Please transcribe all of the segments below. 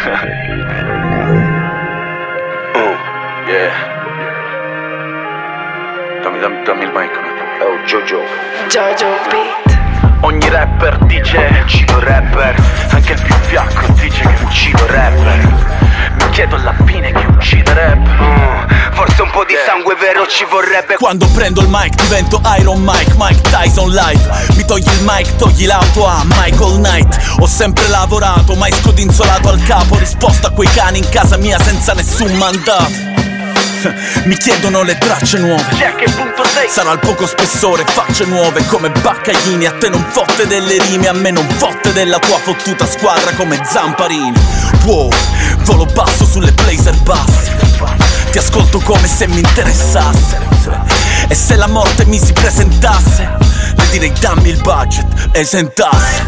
Yeah. Dammi il mic. Oh, Jojo Beat. Ogni rapper dice uccido rapper, anche il più fiacco dice che uccido rapper. Mi chiedo alla fine chi uccide rap. Forse un po' di sangue vero ci vorrebbe. Quando prendo il mic divento Iron Mike, Mike Tyson live. Mi togli il mic, togli l'auto a Michael Knight. Ho sempre lavorato, mai scodinzolato al capo. Risposta a quei cani in casa mia senza nessun mandato. Mi chiedono le tracce nuove. C'è che punto sei? Sarà il poco spessore, facce nuove come Baccaglini. A te non fotte delle rime, a me non fotte della tua fottuta squadra come Zamparini. Wow, volo basso sulle blazer basse. Ti ascolto come se mi interessasse. E se la morte mi si presentasse, le direi dammi il budget, esentasse.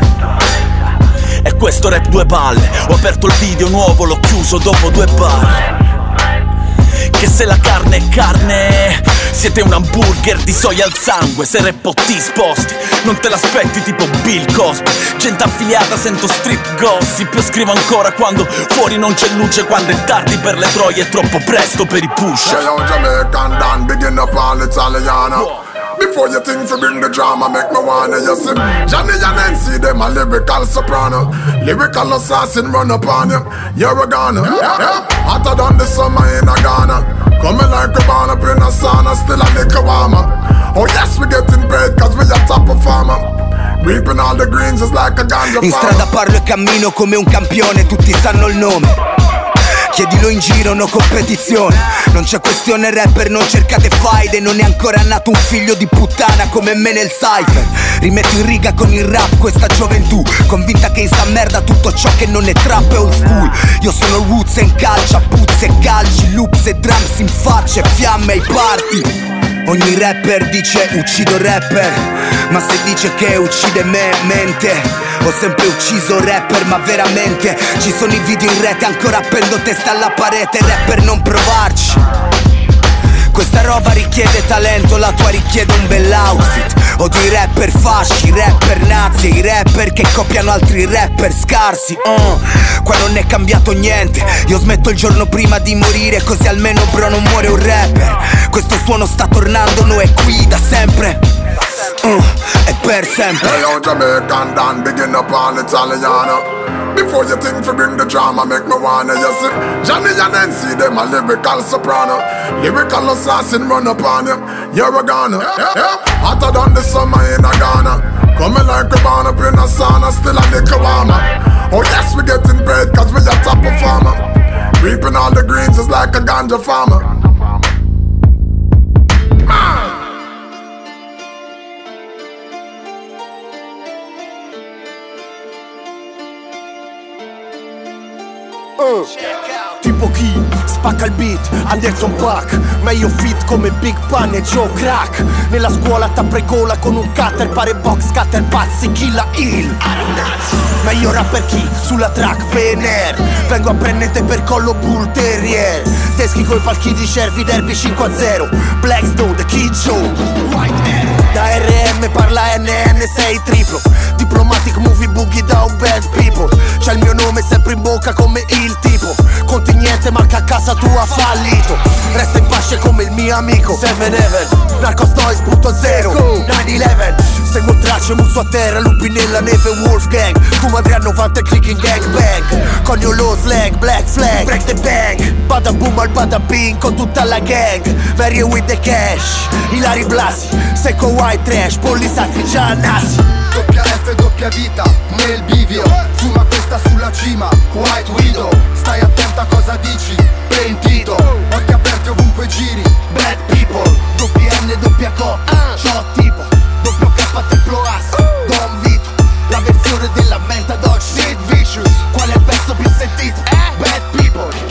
E questo rap due palle. Ho aperto il video nuovo, l'ho chiuso dopo 2 bar. Che se la carne è carne, siete un hamburger di soia al sangue. Se rappo ti sposti, non te l'aspetti tipo Bill Cosby. Gente affiliata, sento street gossip. Io scrivo ancora quando fuori non c'è luce. Quando è tardi per le troie, è troppo presto per i push. Jamaican Dan, begin up all Italiano. Before you think to bring the drama, make me wanna you see Johnny and NC, them a lyrical soprano. Lyrical assassin run upon you, you're a goner. Hotter than the summer in a Ghana. Coming like a born up in a sauna, still a little warmer. Oh yes, we getting paid cause we a top performer. Reaping all the greens is like a ganja farmer. In strada parlo e cammino come un campione, tutti sanno il nome. Chiedilo in giro, no competizione. Non c'è questione rapper, non cercate faide. Non è ancora nato un figlio di puttana come me nel cypher. Rimetto in riga con il rap questa gioventù, convinta che in sta merda tutto ciò che non è trap è old school. Io sono il Woods e in calcia, puzze e calci, loops e drums in faccia e fiamme ai party. Ogni rapper dice uccido rapper, ma se dice che uccide me mente. Ho sempre ucciso rapper, ma veramente ci sono i video in rete, ancora appendo testa alla parete. Rapper non provarci, questa roba richiede talento, la tua richiede un bell'outfit. Odio i rapper fasci, i rapper nazi e i rapper che copiano altri rapper scarsi. Qua non è cambiato niente, io smetto il giorno prima di morire, così almeno bro non muore un rapper. Questo suono sta tornando, no è qui da sempre. E per sempre. Hey yo Jamaican Dan, begin up all Italiano. Before you think to bring the drama, make me wanna you see Johnny and NC, them a lyrical soprano. Lyrical assassin run upon you, you're a goner. Hotter than the summer in a Ghana. Coming like a born up in a sauna, still a little warmer. Oh yes, we getting paid cause we a top performer. Reaping all the greens is like a ganja farmer. Tipo chi spacca il beat, Anderson Paak. Meglio fit come Big Pun e Joe Crack. Nella scuola t'appregola con un cutter, pare box cutter, pazzi, Killa Hill. Meglio rapper chi sulla track PNR. Vengo a prendere per collo Bull Terrier. Teschi coi palchi di Cervi, derby 5-0. Blackstone, The Kid Show. Da RM parla NN6 triplo. Diplomatic movie boogie da un bad people. C'è il mio nome sempre in bocca come il tipo. Conti niente ma che a casa tua fallito. Resta in pace come il mio amico 7-Eleven, Narcos Noise, punto zero 9-11, seguo tracce, muso a terra, lupi nella neve, Wolfgang. Tu madre a 90 clicking gangbang. Conio lo slang, black flag, break the bank. Bada boom al bada bing con tutta la gang. Mary with the cash, Ilari Blasi, secco white trash, polli sacri già nasi. Doppia F, doppia vita, nel bivio. Fuma questa sulla cima, White Widow. Stai attenta a cosa dici, pentito. Occhi aperti ovunque giri, bad people. Doppia N, doppia Co, ciò tipo. Doppio K, triplo A, Don Vito. La versione della Menta Dog, Sid Vicious. Qual è il pezzo più sentito? Bad people.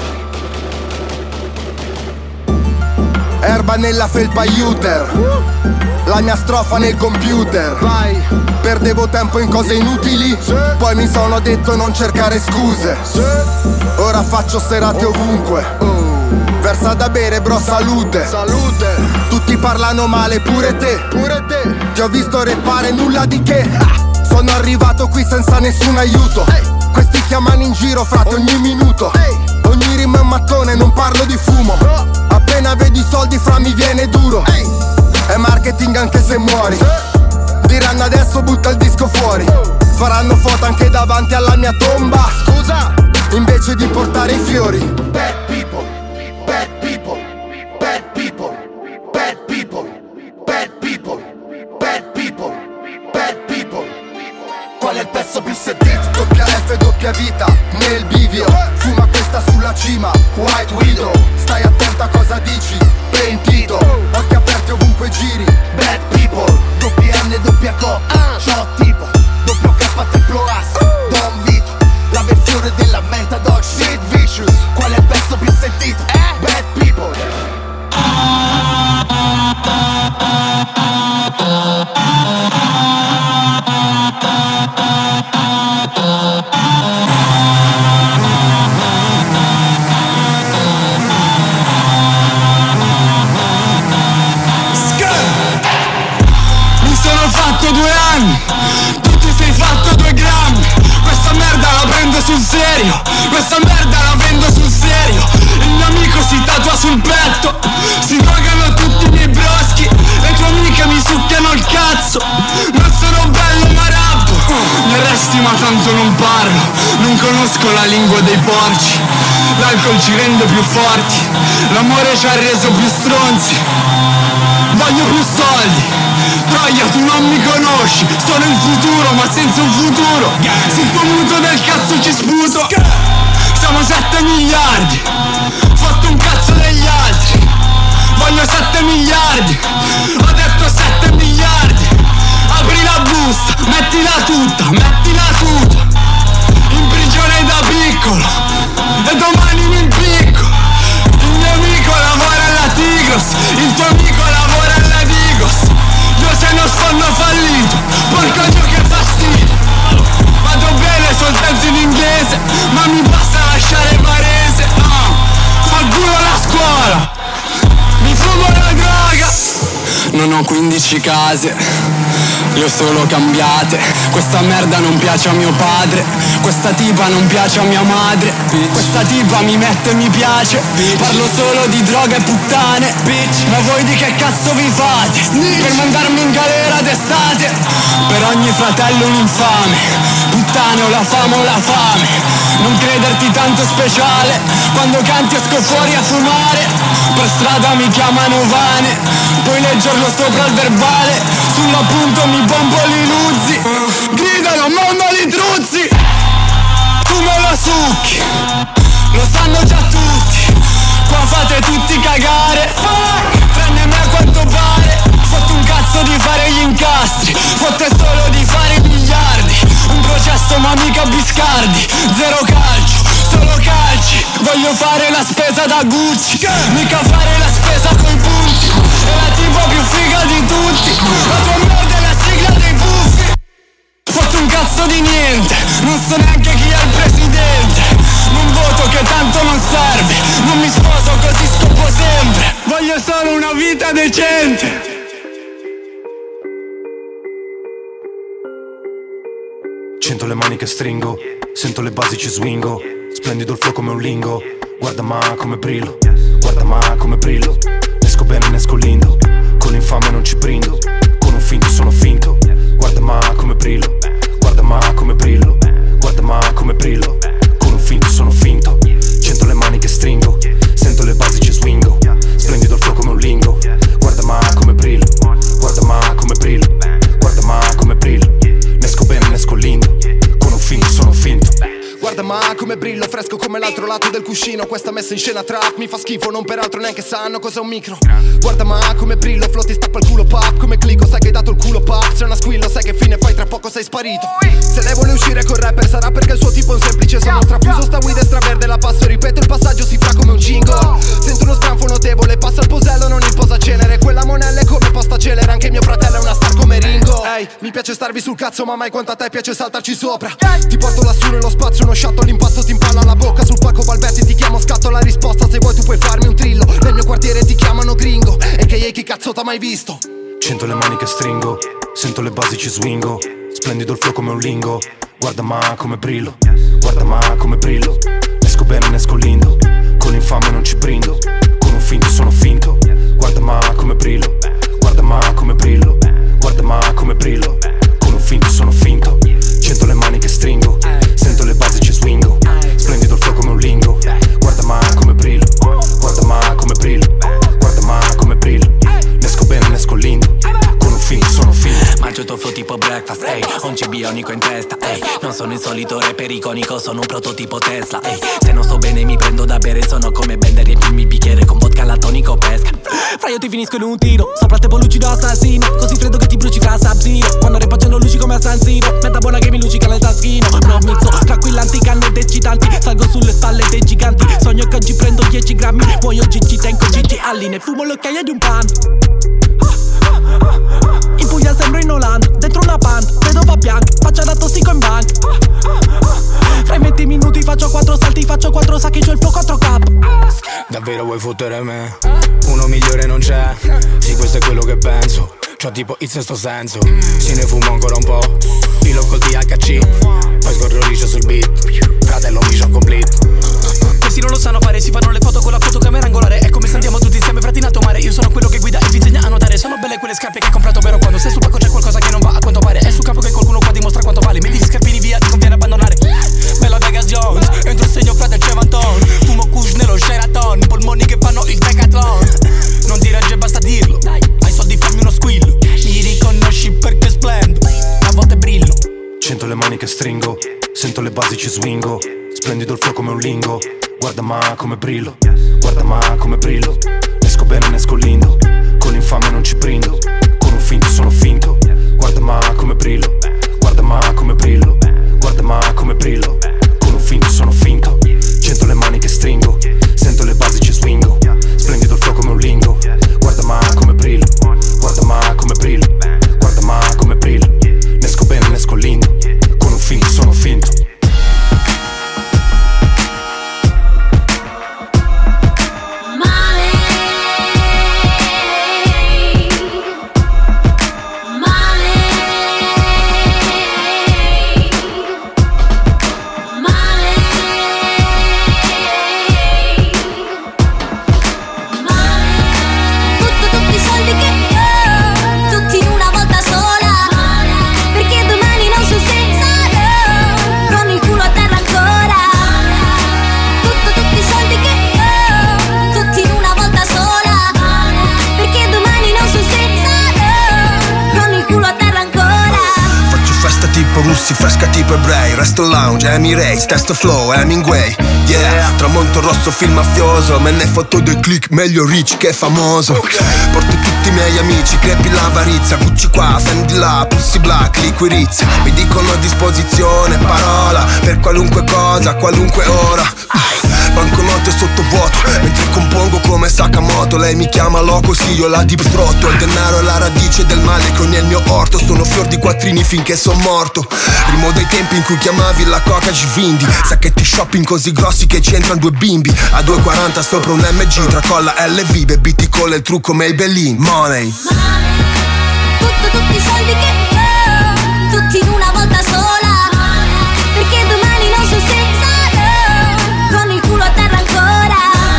Erba nella felpa Uter. La mia strofa nel computer. Vai. Perdevo tempo in cose inutili, poi mi sono detto non cercare scuse. Ora faccio serate ovunque. Versa da bere bro, salute. Salute. Tutti parlano male, pure te. Pure te. Ti ho visto reppare, nulla di che. Sono arrivato qui senza nessun aiuto. Questi chiamano in giro frate ogni minuto. Ogni rima è un mattone, non parlo di fumo. Appena vedi i soldi fra mi viene duro. È marketing anche se muori. Diranno adesso butta il disco fuori. Faranno foto anche davanti alla mia tomba. Scusa, invece di portare i fiori. Bad people, bad people, bad people, bad people, bad people, bad people, bad people. Qual è il pezzo più sentito? Doppia F, doppia vita, nel bivio. Fuma questa sulla cima, White Widow. Stai attento a cosa dici, pentito. Occhi aperti ovunque giri, bad people. Doppia N, doppia Co, shot tipo. Doppio K, triplo A, Don Vito. La versione della Metadog, Sid Vicious. Qual è il pezzo più sentito? Bad people. Mi sono fatto 2 anni, tu ti sei fatto 2 grammi. Questa merda la prendo sul serio, questa merda la vendo sul serio. Il mio amico si tatua sul petto, si drogano tutti i miei broschi. Le tue amiche mi succhiano il cazzo. Non sono bello ma rappo. Ne resti ma tanto non parlo, non conosco la lingua dei porci. L'alcol ci rende più forti, l'amore ci ha reso più stronzi. Voglio più soldi, troia tu non mi conosci. Sono il futuro ma senza un futuro. Sul tuo muto del cazzo ci sputo. Siamo 7 miliardi, fatto un cazzo degli altri. Voglio 7 miliardi, ho detto 7 miliardi. Apri la busta, mettila tutta, mettila tutta. In prigione da piccolo e domani mi impicco. Il mio amico lavora alla Tigros, il tuo amico lavora alla Digos. Io se non sono fallito, porco Dio che fastidio. Vado bene soltanto in inglese, ma mi basta lasciare Varese. Fa il culo la scuola, mi fumo la droga. Non ho 15 case, le ho solo cambiate. Questa merda non piace a mio padre, questa tipa non piace a mia madre. Questa tipa mi mette mi piace, parlo solo di droga e puttane. Ma voi di che cazzo vi fate? Per mandarmi in galera d'estate? Per ogni fratello un infame, puttane o la fame o la fame. Non crederti tanto speciale, quando canti esco fuori a fumare. Per strada mi chiamano Vane, poi leggerlo sopra il verbale. Sull'appunto mi bombo li luzzi, gridano mondo li truzzi. Tu me lo succhi, lo sanno già tutti. Qua fate tutti cagare, tranne me a quanto pare. Fotto un cazzo di fare gli incastri, fotte solo di fare miliardi. Un processo ma mica Biscardi, zero calcio, solo calci. Voglio fare la spesa da Gucci, mica fare la spesa coi punti. È la tipa più figa di tutti, la tua merda è la sigla dei puffi. Fatto un cazzo di niente, non so neanche chi è il presidente. Non voto che tanto non serve, non mi sposo così scopo sempre. Voglio solo una vita decente. Sento le mani che stringo, sento le basi ci swingo. Splendido il flow come un lingo, guarda ma come brillo, guarda ma come brillo. Esco bene, ne esco lindo, con l'infame non ci brindo, con un finto sono finto. Guarda ma come brillo, guarda ma come brillo, guarda ma come brillo, con un finto sono finto. Sento le mani che stringo, sento le basi ci swingo. Splendido il flow come un lingo, guarda ma come brillo, guarda ma come brillo, guarda ma come brillo. Ne esco bene, ne esco lindo, con un finto sono finto. Guarda ma come brillo, fresco come l'altro lato del cuscino. Questa messa in scena trap mi fa schifo, non peraltro neanche sanno cos'è un micro. Guarda ma come brillo, flow ti stappa il culo pop. Come clicco, sai che hai dato il culo pop. C'è una squillo, sai che fine fai, tra poco sei sparito. Se lei vuole uscire col rapper sarà perché il suo tipo è un semplice sono strafuso. Sta guida straverde, la passo, ripeto il passaggio si fa come un jingle. Sento uno sbranfo notevole, passa il posello, non il posacenere. Quella monella è come posta celere, anche mio fratello è una star come Ringo. Ehi, mi piace starvi sul cazzo ma mai quanto a te piace saltarci sopra. Ti porto lassù nello spazio, uno shot all'impasto ti impalla la bocca. Sul palco balbetti ti chiamo, scatto la risposta. Se vuoi tu puoi farmi un trillo, nel mio quartiere ti chiamano gringo. E che chi cazzo t'ha mai visto? Sento le mani che stringo, sento le basi ci swingo. Splendido il flow come un lingo, Guarda ma come brillo, guarda ma come brillo. Esco bene, ne esco lindo, con l'infame non ci brindo, con un finto sono finto. Guarda ma come brillo, guarda ma come brillo, guarda ma come brillo, con un finto sono finto. Sento le mani che stringo, sento le basi ci swingo, splendido il flow come un lingo. Guarda ma come brillo, guarda ma come brillo, guarda ma come brillo. Ne esco bene, ne esco lindo, con un finto sono finto. Mangio toffo tipo breakfast, ehi, ho un CB bionico in testa, ehi. Non sono il solito rapper iconico, sono un prototipo Tesla, ehi. Se non sto bene mi prendo da bere, sono come Bender, riempimi il bicchiere con vodka latonico pesca. Fra io ti finisco in un tiro, sopra te lucido assassino, così freddo che ti bruci fra Sub-Zero. Quando repacciano luci come a San Siro, metta buona che mi luccica nel taschino. No mizzo, tranquillanti, canne ed eccitanti, salgo sulle spalle dei giganti. Sogno che oggi prendo 10 grammi, muoio Gigi, tengo Gigi Alline, fumo l'occhiaia di un pan. In Puglia sembro in Olanda, dentro una pan, vedo va bianco, faccia da tossico in banca. Fra i 20 minuti faccio 4 salti, faccio 4 sacchi, c'ho il flow 4K. Davvero vuoi fottere me? Uno migliore non c'è, sì questo è quello che penso. C'ho tipo il sesto senso, se ne fumo ancora un po', filo col THC, poi scorro liscio sul beat, fratello mission complete. Questi non lo sanno fare, si fanno le foto con la fotocamera angolare. È come se andiamo tutti insieme frati in alto mare. Io sono quello che guida e vi insegna a nuotare. Sono belle quelle scarpe che hai comprato, però quando sei sul palco c'è qualcosa che non va a quanto pare. È sul campo che qualcuno qua dimostra quanto vale. Metti gli scarpini via, ti conviene abbandonare. Bella Vegas Jones, entro il segno frate il Cevanton. Fumo kush nello Sheraton, polmoni che fanno il decathlon. Non ti regge, basta dirlo, hai soldi fammi uno squillo. Mi riconosci perché splendo, a volte brillo. Sento le mani che stringo, sento le basi ci swingo, splendido il flow come un lingo. Guarda ma come brillo, guarda ma come brillo. Esco bene, ne esco lindo, con l'infame non ci brindo, con un finto sono finto. Guarda ma come brillo, guarda ma come brillo, guarda ma come brillo, con un finto sono finto. Sento le mani che stringo, sento le basi ci swingo, splendido il flow come un lingo. Guarda ma come brillo, guarda ma come brillo, guarda ma come brillo. Ne esco bene, ne esco lindo, con un finto sono finto. Russi, fresca tipo ebrei, resto lounge, Emirates, testo flow, Hemingway. Yeah, tramonto rosso, film mafioso, me ne foto dei click, meglio rich che famoso. Porto tutti i miei amici, crepi l'avarizia, Gucci qua, Fendi là, Pussy Black, liquirizia. Mi dicono a disposizione, parola, per qualunque cosa, qualunque ora. Banconote sottovuoto, mentre compongo come Sakamoto. Lei mi chiama loco, sì, io la deep throat. Il denaro è la radice del male che ogni è il mio orto. Sono fior di quattrini finché son morto. Rimo dei tempi in cui chiamavi la coca Givindi. Sacchetti shopping così grossi che c'entrano due bimbi. A 2,40 sopra un MG, tracolla LV, baby ti colla il trucco Maybelline. Money, tutti i soldi che ho, tutti in una volta sola, perché domani non so se sarò con il culo a terra ancora.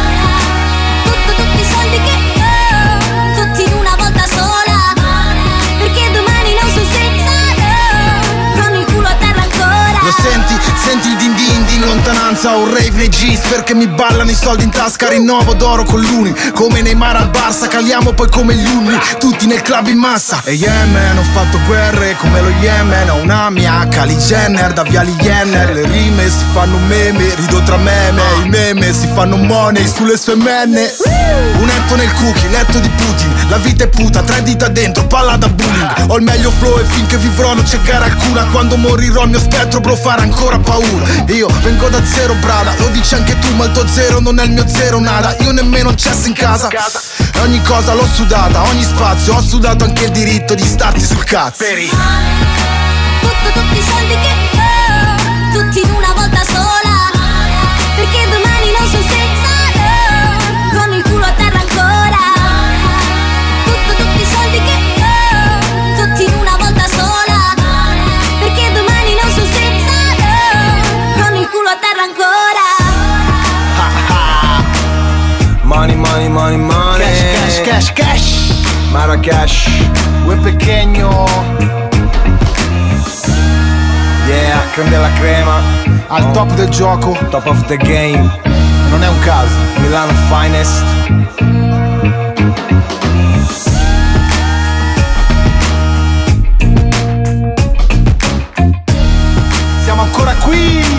Tutti i soldi che ho, tutti in una volta sola, perché domani non so se sarò con il culo a terra ancora. Lo senti? Senti il din din di lontananza, un rave nei G's, perché mi ballano i soldi in tasca, rinnovo d'oro con l'uni, come Neymar al Barça, caliamo poi come gli unni, tutti nel club in massa. E Yemen, ho fatto guerre come lo Yemen, ho una mia Kylie Jenner, da Viali Jenner, le rime si fanno meme, rido tra meme, i meme si fanno money sulle sue menne. Un etto nel cookie, letto di Putin, la vita è puta, 3 dita dentro, palla da bullying, ho il meglio flow e finché vivrò non c'è gara alcuna, quando morirò il mio spettro bro farà ancora paura. Io vengo da zero brada, lo dici anche tu ma il tuo zero non è il mio zero nada. Io nemmeno cesso in casa e ogni cosa l'ho sudata, ogni spazio ho sudato anche il diritto di starti sul cazzo. Tutti i soldi che ho, tutti in una volta sola, perché domani non so se sarò con il culo a terra ancora. Tutti i soldi che ho, tutti in una volta sola, perché domani non so se sarò. Cash, Marrakesh, Ue Pequeño. Yeah, creme della crema. Al top del gioco, top of the game. Non è un caso. Milano finest. Siamo ancora qui.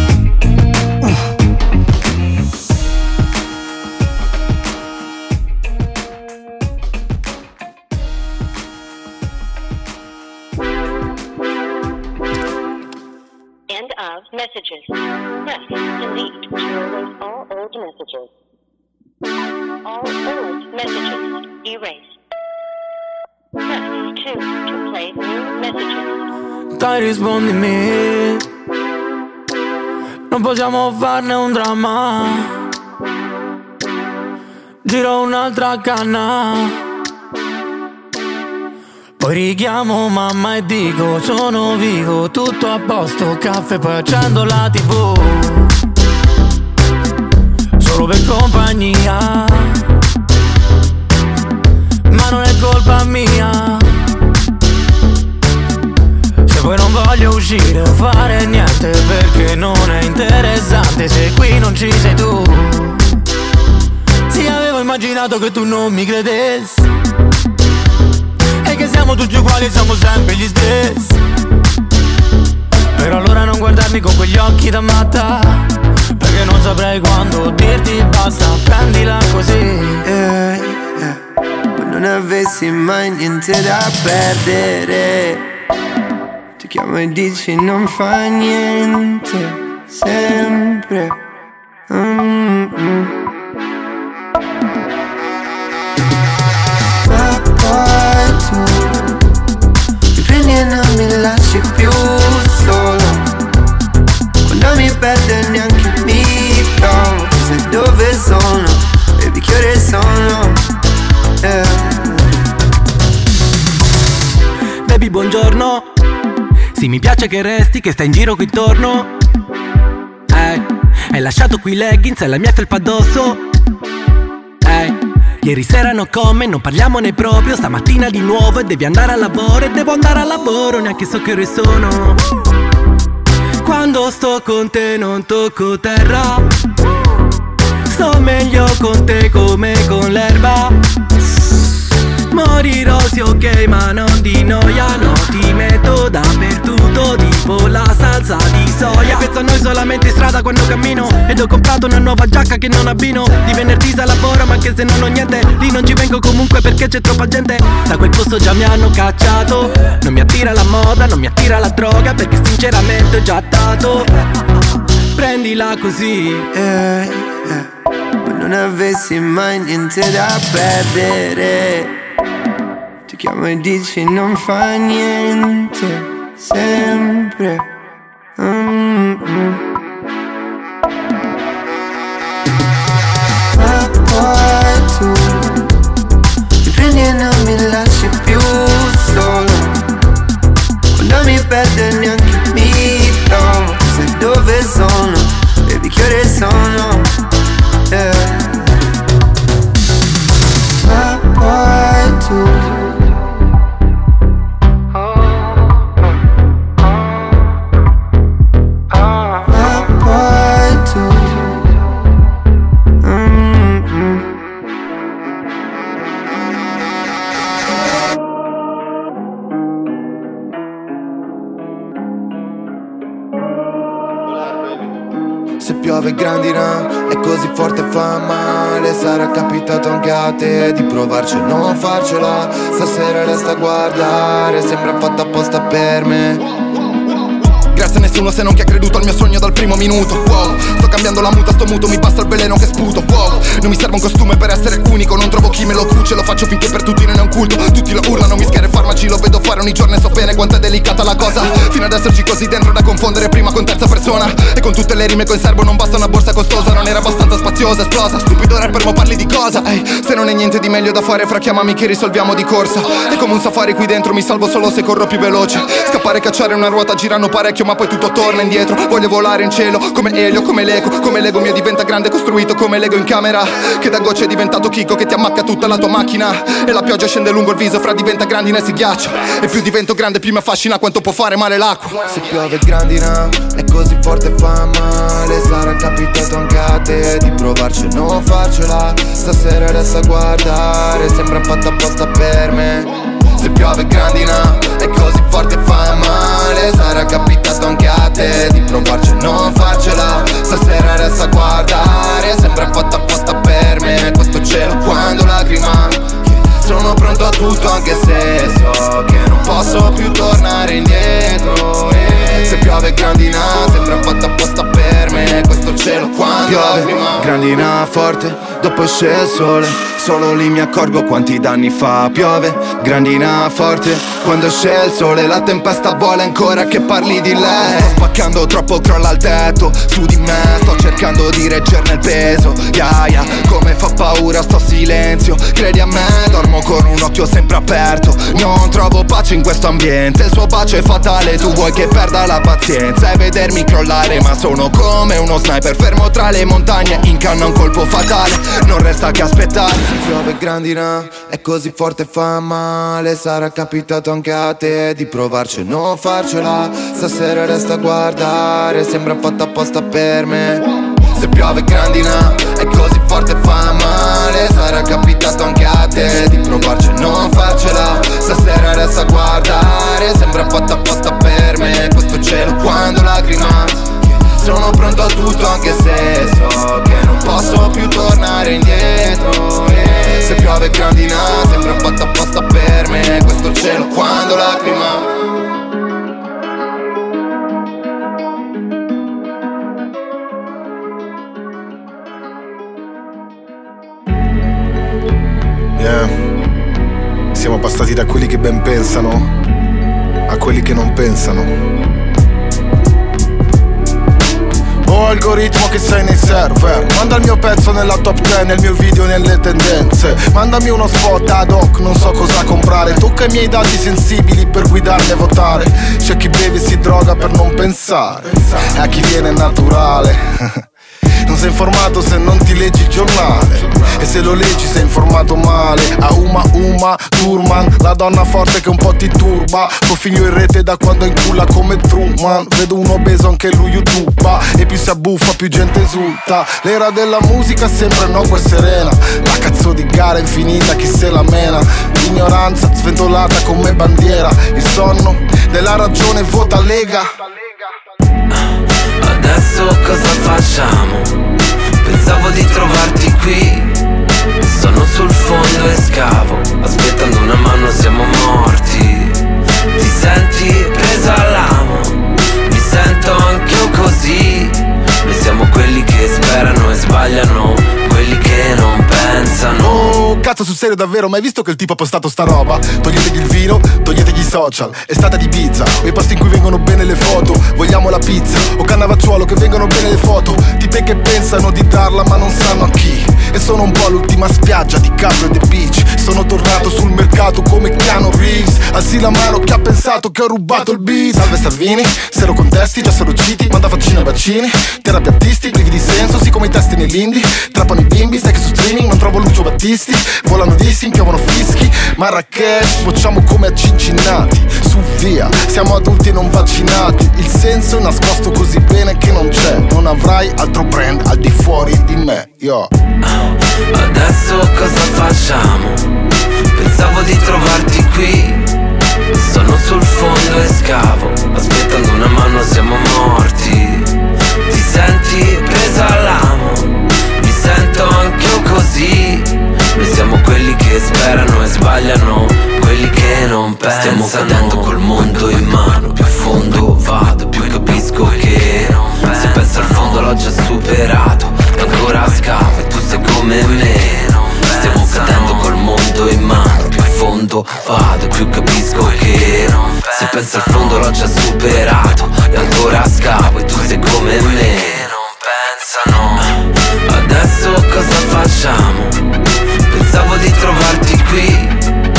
End of messages. Press delete to erase all old messages. All old messages erased. Press 2 to play new messages. Dai, rispondimi. Non possiamo farne un dramma. Giro un'altra canna. Poi richiamo mamma e dico sono vivo, tutto a posto, caffè poi accendo la TV. Solo per compagnia. Ma non è colpa mia. Se poi non voglio uscire o fare niente perché non è interessante se qui non ci sei tu. Sì, avevo immaginato che tu non mi credessi e che siamo tutti uguali e siamo sempre gli stessi. Però allora non guardarmi con quegli occhi da matta, perché non saprei quando dirti basta, prendila così. Poi non avessi mai niente da perdere, ti chiamo e dici non fa niente, sempre. Ma poi tu mi prendi e non mi lasci più solo. Quando mi perdo neanche mi trovo. Sai dove sono e di che ore sono. Baby buongiorno. Sì, mi piace che resti, che stai in giro qui intorno. Hai lasciato qui i leggings e la mia felpa addosso. Ieri sera no comment, non parliamone proprio. Stamattina di nuovo e devi andare al lavoro. E devo andare al lavoro, neanche so che ore sono. Quando sto con te non tocco terra. Sto meglio con te come con l'erba. Morirò sì ok ma non di noia. No, ti metto dappertutto tipo la salsa di soia. Penso a noi solamente in strada quando cammino. Ed ho comprato una nuova giacca che non abbino. Di venerdì sa lavoro ma anche se non ho niente lì non ci vengo comunque perché c'è troppa gente. Da quel posto già mi hanno cacciato. Non mi attira la moda, non mi attira la droga, perché sinceramente ho già dato. Prendila così. Poi non avessi mai niente da perdere, ti chiamo e dici non fa niente, sempre. Ma poi tu mi prendi e non mi lasci più solo. Quando mi perdo neanche mi trovo. Sai dove sono e di che ore sono. Ma poi tu se piove grandina è così forte fa male. Sarà capitato anche a te di provarci e non farcela. Stasera resta a guardare, sembra fatta apposta per me. Grazie a nessuno se non chi ha creduto al mio sogno dal primo minuto. Wow, sto cambiando la muta, sto muto, mi basta il veleno che sputo. Wow, non mi serve un costume per essere unico, non trovo chi me lo cuce. Lo faccio finché per tutti non è un culto. Tutti lo urlano, mischiare farmaci, lo vedo fare ogni giorno e so bene quanto è delicata la cosa. Fino ad esserci così dentro da confondere prima con terza persona. E con tutte le rime che serbo non basta una borsa costosa. Non era abbastanza spaziosa, esplosa, stupido rapper ma parli di cosa? Se non è niente di meglio da fare fra chiamami che risolviamo di corsa. È come un safari qui dentro, mi salvo solo se corro più veloce. Scappare e cacciare una ruota, girano parecchio ma ma poi tutto torna indietro. Voglio volare in cielo come Elio, come l'ego mio diventa grande, costruito come Lego in camera, che da goccia è diventato chicco che ti ammacca tutta la tua macchina. E la pioggia scende lungo il viso, fra diventa grandina e si ghiaccia. E più divento grande più mi affascina quanto può fare male l'acqua. Se piove grandina è così forte fa male. Sarà capitato anche a te di provarci e non farcela. Stasera resta a guardare, sembra fatta apposta per me. Se piove grandina è così forte fa male. Sarà capitato anche a te di provarci e non farcela. Stasera resta a guardare, sembra fatta apposta per me. Questo cielo quando lacrima. Sono pronto a tutto anche se so che non posso più tornare indietro. Se piove grandina sembra fatta apposta per me. Questo cielo quando lacrima. Grandina forte, dopo esce il sole. Solo lì mi accorgo quanti danni fa. Piove, grandina forte, quando esce il sole. La tempesta vuole ancora che parli di lei. Sto spaccando troppo, crolla al tetto su di me. Sto cercando di reggerne il peso. Yeah, come fa paura sto silenzio. Credi a me, dormo con un occhio sempre aperto. Non trovo pace in questo ambiente. Il suo bacio è fatale, tu vuoi che perda la pazienza e vedermi crollare. Ma sono come uno sniper fermo tra le montagne. Incanna un colpo fatale, non resta che aspettare. Se piove grandina è così forte fa male. Sarà capitato anche a te di provarci e non farcela. Stasera resta a guardare, sembra fatta apposta per me. Se piove grandina è così forte fa male. Sarà capitato anche a te di provarci e non farcela. Stasera resta a guardare, sembra fatta apposta per me. Questo cielo quando lacrima. Sono pronto a tutto anche se so che non posso più tornare indietro. Se piove grandina sembra fatta apposta per me. Questo cielo quando lacrima. Siamo passati da quelli che ben pensano a quelli che non pensano. Oh algoritmo che sei nei server, manda il mio pezzo nella top 10, il mio video nelle tendenze. Mandami uno spot ad hoc, non so cosa comprare. Tocca i miei dati sensibili per guidarmi a votare. C'è chi beve e si droga per non pensare, e a chi viene naturale. Non sei informato se non ti leggi il giornale, e se lo leggi sei informato male. A Uma Thurman, la donna forte che un po' ti turba. Tuo figlio in rete da quando inculla come Truman. Vedo uno obeso anche lui youtuba, e più si abbuffa più gente esulta. L'era della musica sembra innocua e serena. La cazzo di gara infinita, chi se la mena. L'ignoranza sventolata come bandiera. Il sonno della ragione vota Lega. Adesso cosa facciamo? Pensavo di trovarti qui. Sono sul fondo e scavo, aspettando una mano siamo morti. Ti senti presa all'amo? Mi sento anch'io così. Noi siamo quelli che sperano e sbagliano, quelli che non pensano. Oh, cazzo sul serio davvero, ma hai visto che il tipo ha postato sta roba? Toglietegli il vino, toglietegli i social. È stata di Ibiza, o i posti in cui vengono bene le foto. Vogliamo la pizza, o Cannavacciuolo che vengono bene le foto. Tipe che pensano di darla ma non sanno a chi. E sono un po' l'ultima spiaggia di Caprio e The Beach. Sono tornato sul mercato come Keanu Reeves. Alzi la mano chi ha pensato che ho rubato il beat. Salve Salvini, se lo contesti già sono citi. Manda vaccino ai vaccini, terrapiattisti, privi di senso, sì come i testi nell'indie. Trappano i bimbi, sai che su streaming non trovo Lucio Battisti. Volano dissi, piovono fischi. Marrakesh, bocciamo come a Cincinnati. Su via, siamo adulti e non vaccinati. Il senso è nascosto così bene che non c'è. Non avrai altro brand al di fuori di me, yo. Adesso cosa facciamo? Pensavo di trovarti qui. Sono sul fondo e scavo, aspettando una mano siamo morti. Ti senti presa all'amo? Mi sento anch'io così. Noi siamo quelli che sperano e sbagliano, quelli che non pensano. Stiamo cadendo col mondo in mano. Più a fondo vado, più capisco che se penso al fondo l'ho già superato. E ancora scavo e tu sei come me. Stiamo cadendo col mondo in mano. Più a fondo vado, più capisco che se penso al fondo l'ho già superato. E ancora scavo e tu sei come me. Adesso cosa facciamo? Pensavo di trovarti qui.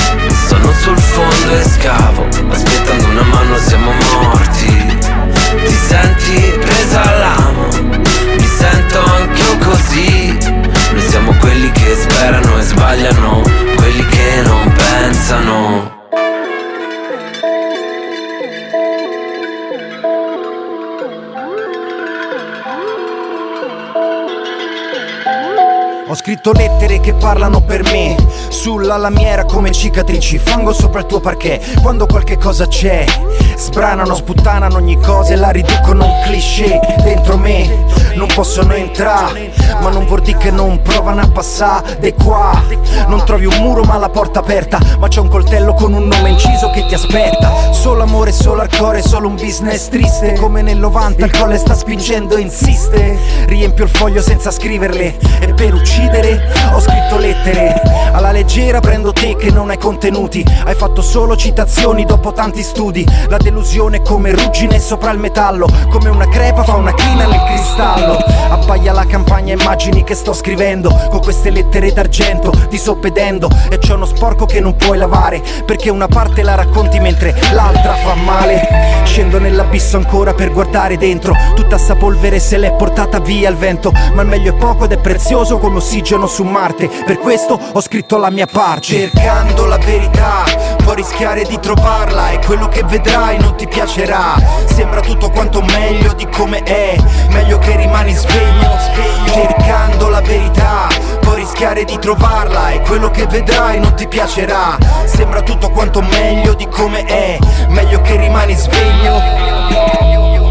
Sono sul fondo e scavo, aspettando una mano siamo morti. Ti Ho scritto lettere che parlano per me, sulla lamiera come cicatrici, fango sopra il tuo parquet. Quando qualche cosa c'è, sbranano, sputtanano ogni cosa e la riducono un cliché. Dentro me non possono entrare, ma non vuol dire che non provano a passare di qua. Non trovi un muro ma la porta aperta, ma c'è un coltello con un nome inciso che ti aspetta. Solo amore, solo hardcore, solo un business triste. Come nel 90 il colle sta spingendo e insiste. Riempio il foglio senza scriverle e per uccidere ho scritto lettere. Alla leggera prendo te che non hai contenuti, hai fatto solo citazioni dopo tanti studi. La delusione è come ruggine sopra il metallo, come una crepa fa una crina nel cristallo. Abbaia la campagna, immagini che sto scrivendo con queste lettere d'argento, disobbedendo. E c'è uno sporco che non puoi lavare, perché una parte la racconti mentre l'altra fa male. Scendo nell'abisso ancora per guardare dentro, tutta sta polvere se l'è portata via il vento. Ma il meglio è poco ed è prezioso come ossigeno su Marte. Per questo ho scritto la mia parte. Cercando la verità, puoi rischiare di trovarla, e quello che vedrai non ti piacerà. Sembra tutto quanto meglio di come è, meglio che rimani sveglio. Cercando la verità, puoi rischiare di trovarla, e quello che vedrai non ti piacerà. Sembra tutto quanto meglio di come è, meglio che rimani sveglio.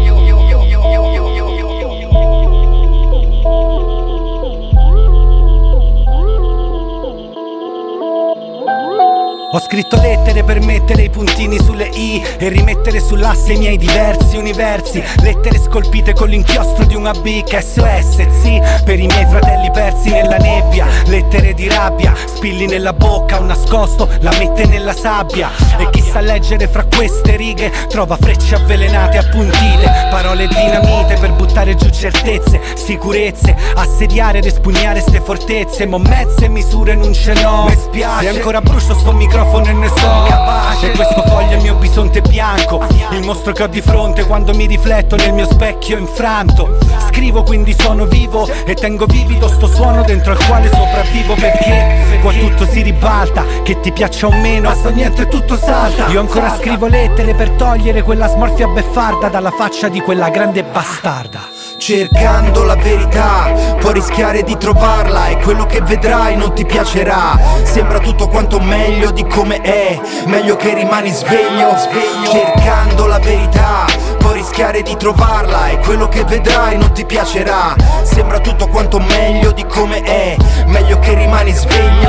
Ho scritto lettere per mettere i puntini sulle i e rimettere sull'asse i miei diversi universi. Lettere scolpite con l'inchiostro di una bic, SOS, sì, per i miei fratelli persi nella nebbia. Lettere di rabbia, spilli nella bocca, un nascosto la mette nella sabbia. E chi sa leggere fra queste righe trova frecce avvelenate appuntite, parole dinamite per buttare giù certezze, sicurezze, assediare ed espugnare ste fortezze. Mo mezze misure non ce n'ho, mi spiace, e ancora brucio sto microfono e ne so capace. E questo foglio è il mio bisonte bianco, il mostro che ho di fronte quando mi rifletto nel mio specchio infranto. Scrivo quindi sono vivo e tengo vivido sto suono dentro al quale sopravvivo, perché qua tutto si ribalta, che ti piaccia o meno, basta niente, tutto salta. Io ancora scrivo lettere per togliere quella smorfia beffarda dalla faccia di quella grande bastarda. Cercando la verità, puoi rischiare di trovarla, e quello che vedrai non ti piacerà. Sembra tutto quanto meglio di come è, meglio che rimani sveglio. Cercando la verità, puoi rischiare di trovarla, e quello che vedrai non ti piacerà. Sembra tutto quanto meglio di come è, meglio che rimani sveglio.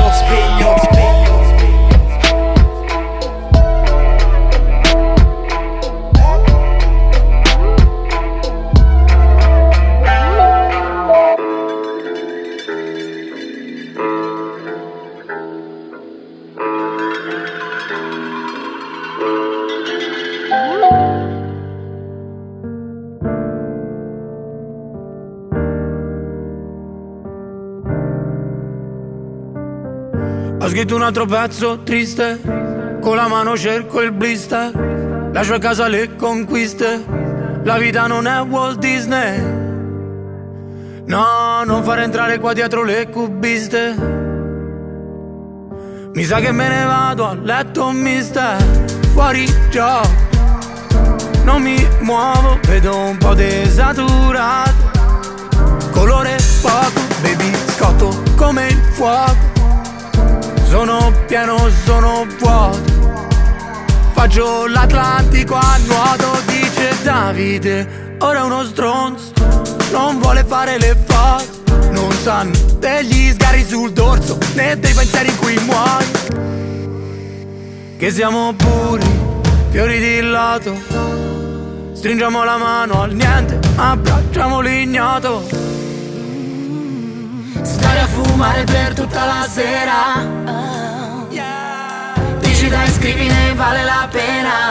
Ho scritto un altro pezzo triste, con la mano cerco il blister, lascio a casa le conquiste, la vita non è Walt Disney. No, non fare entrare qua dietro le cubiste. Mi sa che me ne vado a letto mister, fuori gioco, non mi muovo, vedo un po' desaturato, colore poco, baby scotto come il fuoco. Sono pieno, sono vuoto, faccio l'Atlantico a nuoto. Dice Davide, ora è uno stronzo, non vuole fare le foto. Non sanno degli sgarri sul dorso, né dei pensieri in cui muori. Che siamo puri, fiori di lato, stringiamo la mano al niente, abbracciamo l'ignoto. Stare a fumare per tutta la sera, dici dai scrivi ne vale la pena.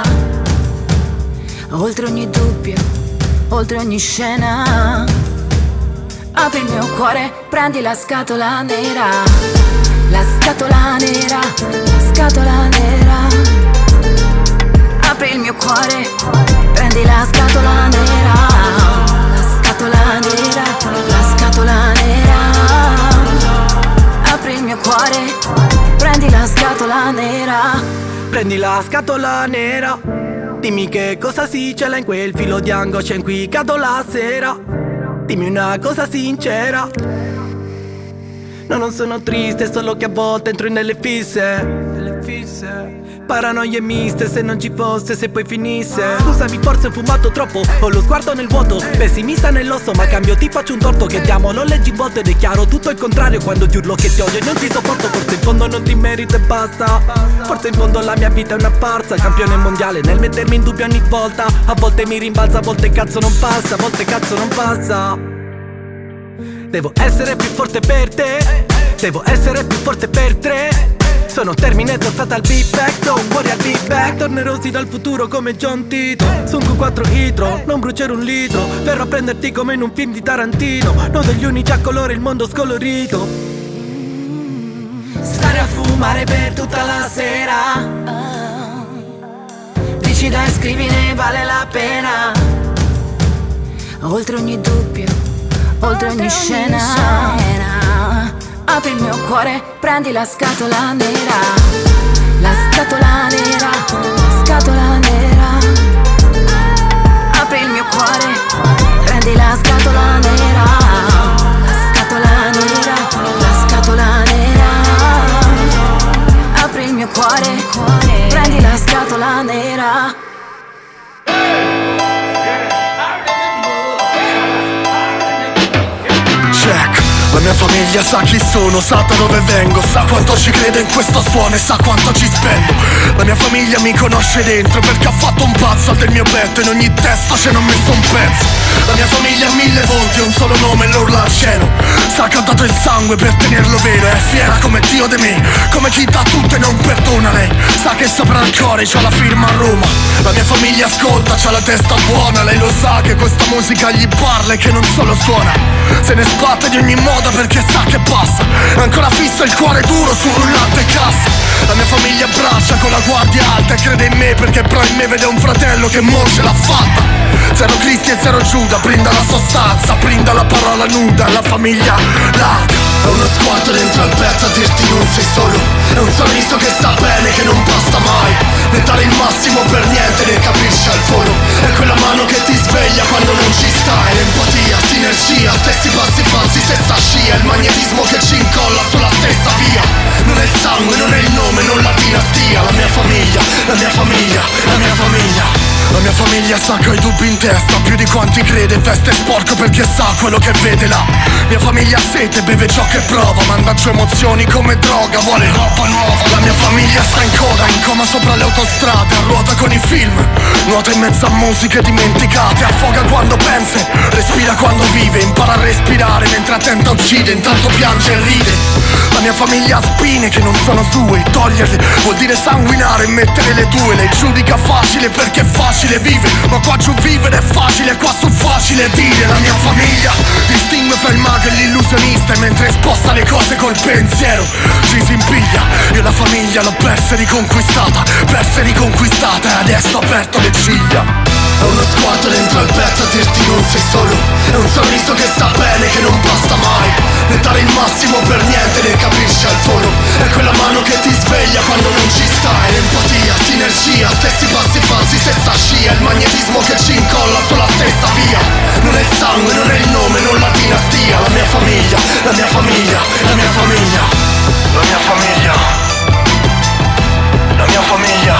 Oltre ogni dubbio, oltre ogni scena, apri il mio cuore, prendi la scatola nera. La scatola nera, la scatola nera. Apri il mio cuore, prendi la scatola nera. La scatola nera, la scatola nera. Apri il mio cuore, prendi la scatola nera. Prendi la scatola nera, dimmi che cosa si cela in quel filo di angoscia in cui cado la sera. Dimmi una cosa sincera, No, non sono triste, solo che a volte entro nelle fisse. Paranoie miste, se non ci fosse, se poi finisse. Scusami, forse ho fumato troppo, ho lo sguardo nel vuoto, pessimista nell'osso, ma cambio, ti faccio un torto che ti amo, lo leggi in volto ed è chiaro, tutto il contrario quando ti urlo che ti odio e non ti sopporto. Forse in fondo non ti merito e basta. Forse in fondo la mia vita è una farsa, campione mondiale nel mettermi in dubbio ogni volta. A volte mi rimbalza, a volte cazzo non passa, a volte cazzo non passa. Devo essere più forte per te, devo essere più forte per tre. Sono Terminator, fatal beat back, don't worry I'll be back. Tornerò sì dal futuro come John Tito, su un Q4 Hydro, non bruciare un litro. Verrò a prenderti come in un film di Tarantino. Noi degli unici a colore, il mondo scolorito. Stare a fumare per tutta la sera. Dici dai scrivi ne vale la pena. Oltre ogni dubbio, oltre ogni scena. Apri il mio cuore, prendi la scatola nera. La scatola nera, la scatola nera. Apri il mio cuore, prendi la scatola nera. La scatola nera, la scatola nera. Apri il mio cuore, prendi la scatola nera. Check. La mia famiglia sa chi sono, sa da dove vengo, sa quanto ci crede in questo suono e sa quanto ci spendo. La mia famiglia mi conosce dentro perché ha fatto un pazzo del mio petto, in ogni testa ce n'ho messo un pezzo. La mia famiglia ha 1000 volti, un solo nome e l'urla al cielo. Sa che ho dato il sangue per tenerlo vero, è fiera come Dio di me, come chi dà tutto e non perdona lei. Sa che sopra il cuore c'ha la firma a Roma. La mia famiglia ascolta, c'ha la testa buona, lei lo sa che questa musica gli parla e che non solo suona. Se ne sbatte di ogni moda perché sa che passa, ancora fisso il cuore duro su un rullante cassa. La mia famiglia abbraccia con la guardia alta e crede in me perché però in me vede un fratello che mo ce l'ha fatta. Zero Cristi e zero Giuda, brinda la sostanza, brinda la parola nuda, la famiglia larga. È uno sguardo dentro al petto a dirti non sei solo, è un sorriso che sa bene che non basta mai, né dare il massimo per niente né capisce al volo. È quella mano che ti sveglia quando non ci stai, l'empatia, sinergia, stessi passi falsi, stessa scia, il magnetismo che ci incolla sulla stessa via. Non è il sangue, non è il nome, non la dinastia, la mia famiglia, la mia famiglia, la mia famiglia. La mia famiglia sa che ho i dubbi in testa, più di quanti crede, veste sporco perché sa quello che vede là. Mia famiglia ha sete, beve ciò che prova, manda giù emozioni come droga, vuole roba nuova. La mia famiglia sta in coda, in coma sopra le autostrade, a ruota con i film, nuota in mezzo a musiche dimenticate, affoga quando pensa, respira quando vive, impara a respirare mentre attenta uccide, intanto piange e ride. La mia famiglia ha spine che non sono sue, toglierle vuol dire sanguinare e mettere le tue. Lei giudica facile perché è facile vive, ma qua giù vivere è facile, qua su facile dire. La mia famiglia distingue fra il mago e l'illusionista, e mentre sposta le cose col pensiero ci si impiglia. Io la famiglia l'ho persa e riconquistata e adesso ho aperto le ciglia. È uno sguardo dentro al petto a dirti non sei solo, è un sorriso che sa bene che non basta mai, né dare il massimo per niente né capisce al volo. È quella mano che ti sveglia quando non ci stai, l'empatia, sinergia, stessi passi falsi, stessa scia, il magnetismo che ci incolla sulla stessa via. Non è il sangue, non è il nome, non la dinastia, la mia famiglia, la mia famiglia, la mia famiglia, la mia famiglia, la mia famiglia,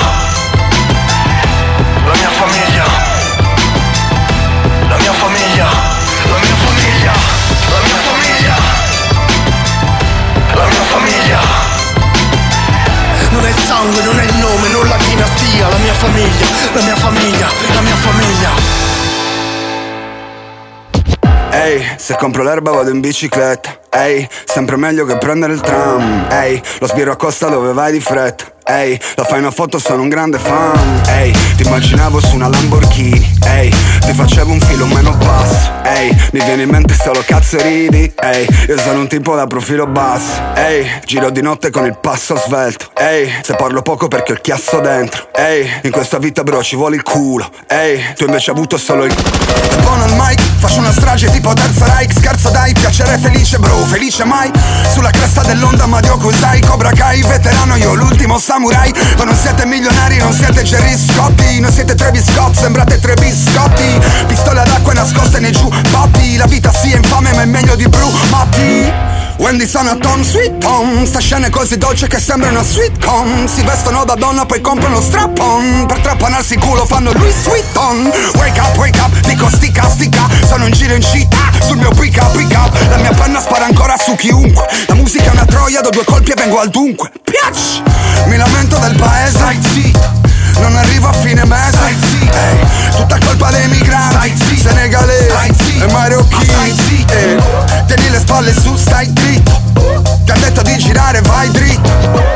la mia famiglia, la mia famiglia, la mia famiglia, la mia famiglia, la mia famiglia. Non è il sangue, non è il nome, non la dinastia, la mia famiglia, la mia famiglia, la mia famiglia. Ehi, se compro l'erba vado in bicicletta. Ehi, sempre meglio che prendere il tram. Ehi, lo sbirro a Costa dove vai di fretta. Ehi, la fai una foto, sono un grande fan. Ehi, ti immaginavo su una Lamborghini. Ehi, ti facevo un filo meno basso. Ehi, mi viene in mente solo cazzo e ridi. Ehi, io sono un tipo da profilo basso. Ehi, giro di notte con il passo svelto. Ehi, se parlo poco perché ho il chiasso dentro. Ehi, in questa vita bro ci vuole il culo. Ehi, tu invece hai avuto solo il è buono il mic, faccio una strage tipo Terza Reich. Scherzo dai, piacere felice bro, felice mai. Sulla cresta dell'onda Mario Kusai, Cobra Kai, veterano io l'ultimo samurai. Ma non siete milionari, non siete Gerry Scotti, non siete tre biscotti, sembrate tre biscotti. Pistole ad acqua nascoste nei giubbotti. La vita sì è infame ma è meglio di Bru Matti. Wendy sono Tom, Sweet Tom. Sta scena è così dolce che sembra una sweetcom. Si vestono da donna poi comprano strap-on. Per trappanarsi il culo fanno Louis Vuitton. Wake up, dico stica. Sono in giro in città sul mio pick up. La mia penna spara ancora su chiunque. La musica è una troia, do 2 colpi e vengo al dunque. Piac! Mi lamento del paese. Stai zitto, non arrivo a fine mese. Stai zitto, tutta colpa dei migranti senegalesi e marocchini. Tieni le spalle su, stai dritto. Ti ha detto di girare, vai dritto.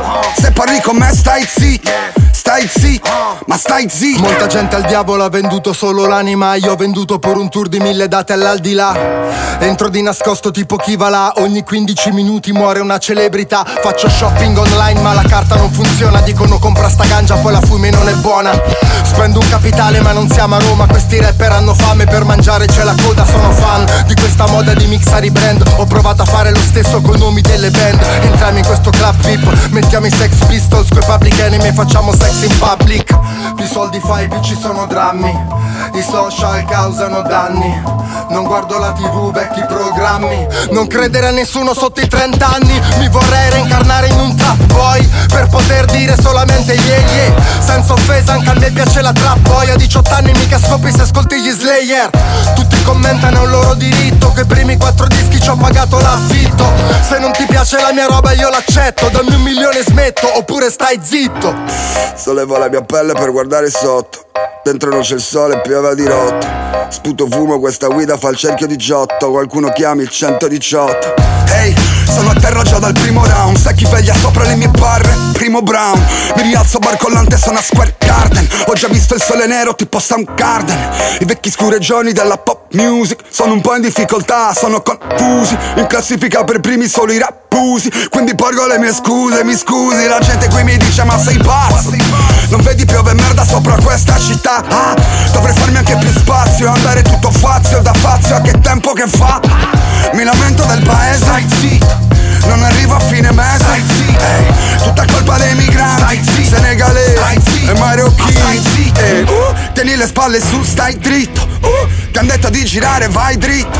Se parli con me stai zitto. Stai zitto, ma stai zitto. Molta gente al diavolo ha venduto solo l'anima. Io ho venduto per un tour di 1000 date all'aldilà. Entro di nascosto tipo chi va là. Ogni 15 minuti muore una celebrità. Faccio shopping online ma la carta non funziona. Dicono compra sta ganja poi la fumi non è buona. Spendo un capitale ma non siamo a Roma. Questi rapper hanno fame, per mangiare c'è la coda. Sono fan di questa moda di mixare i brand. Ho provato a fare lo stesso con nomi delle band. Entriamo in questo club VIP, mettiamo i Sex Pistols coi Public Enemy e facciamo sex in public. Più soldi fai più ci sono drammi. I social causano danni. Non guardo la TV, vecchi programmi. Non credere a nessuno sotto i 30 anni. Mi vorrei reincarnare in un trap boy per poter dire solamente yeah. Senza offesa anche a me piace la trap boy. A 18 anni mica scopi se ascolti gli Slayer. Tutti commentano il loro diritto, che i primi 4 dischi ci ho pagato l'affitto. Se non ti piace la mia roba io l'accetto. Dammi 1 milione e smetto, oppure stai zitto. Sollevo la mia pelle per guardare sotto. Dentro non c'è il sole, piove a dirotto. Sputo fumo, questa guida fa il cerchio di Giotto. Qualcuno chiami il 118. Ehi, sono a terra già dal primo round. Sai chi veglia sopra le mie barre? Primo Brown. Mi rialzo barcollante, sono a Square Garden. Ho già visto il sole nero tipo Soundgarden. I vecchi scureggioni della pop music sono un po' in difficoltà, sono confusi. In classifica per primi solo i rappusi. Quindi porgo le mie scuse, mi scusi. La gente qui mi dice ma sei pazzo. Non vedi piove merda sopra questa città? Ah, dovrei farmi anche più spazio. Andare tutto fazio da fazio, a che tempo che fa? Mi lamento del paese. Stai zitto, non arrivo a fine mese. Stai zitto, tutta colpa dei migranti senegalesi e marocchini. Tieni le spalle su, stai dritto. Ti han detto di girare, vai dritto.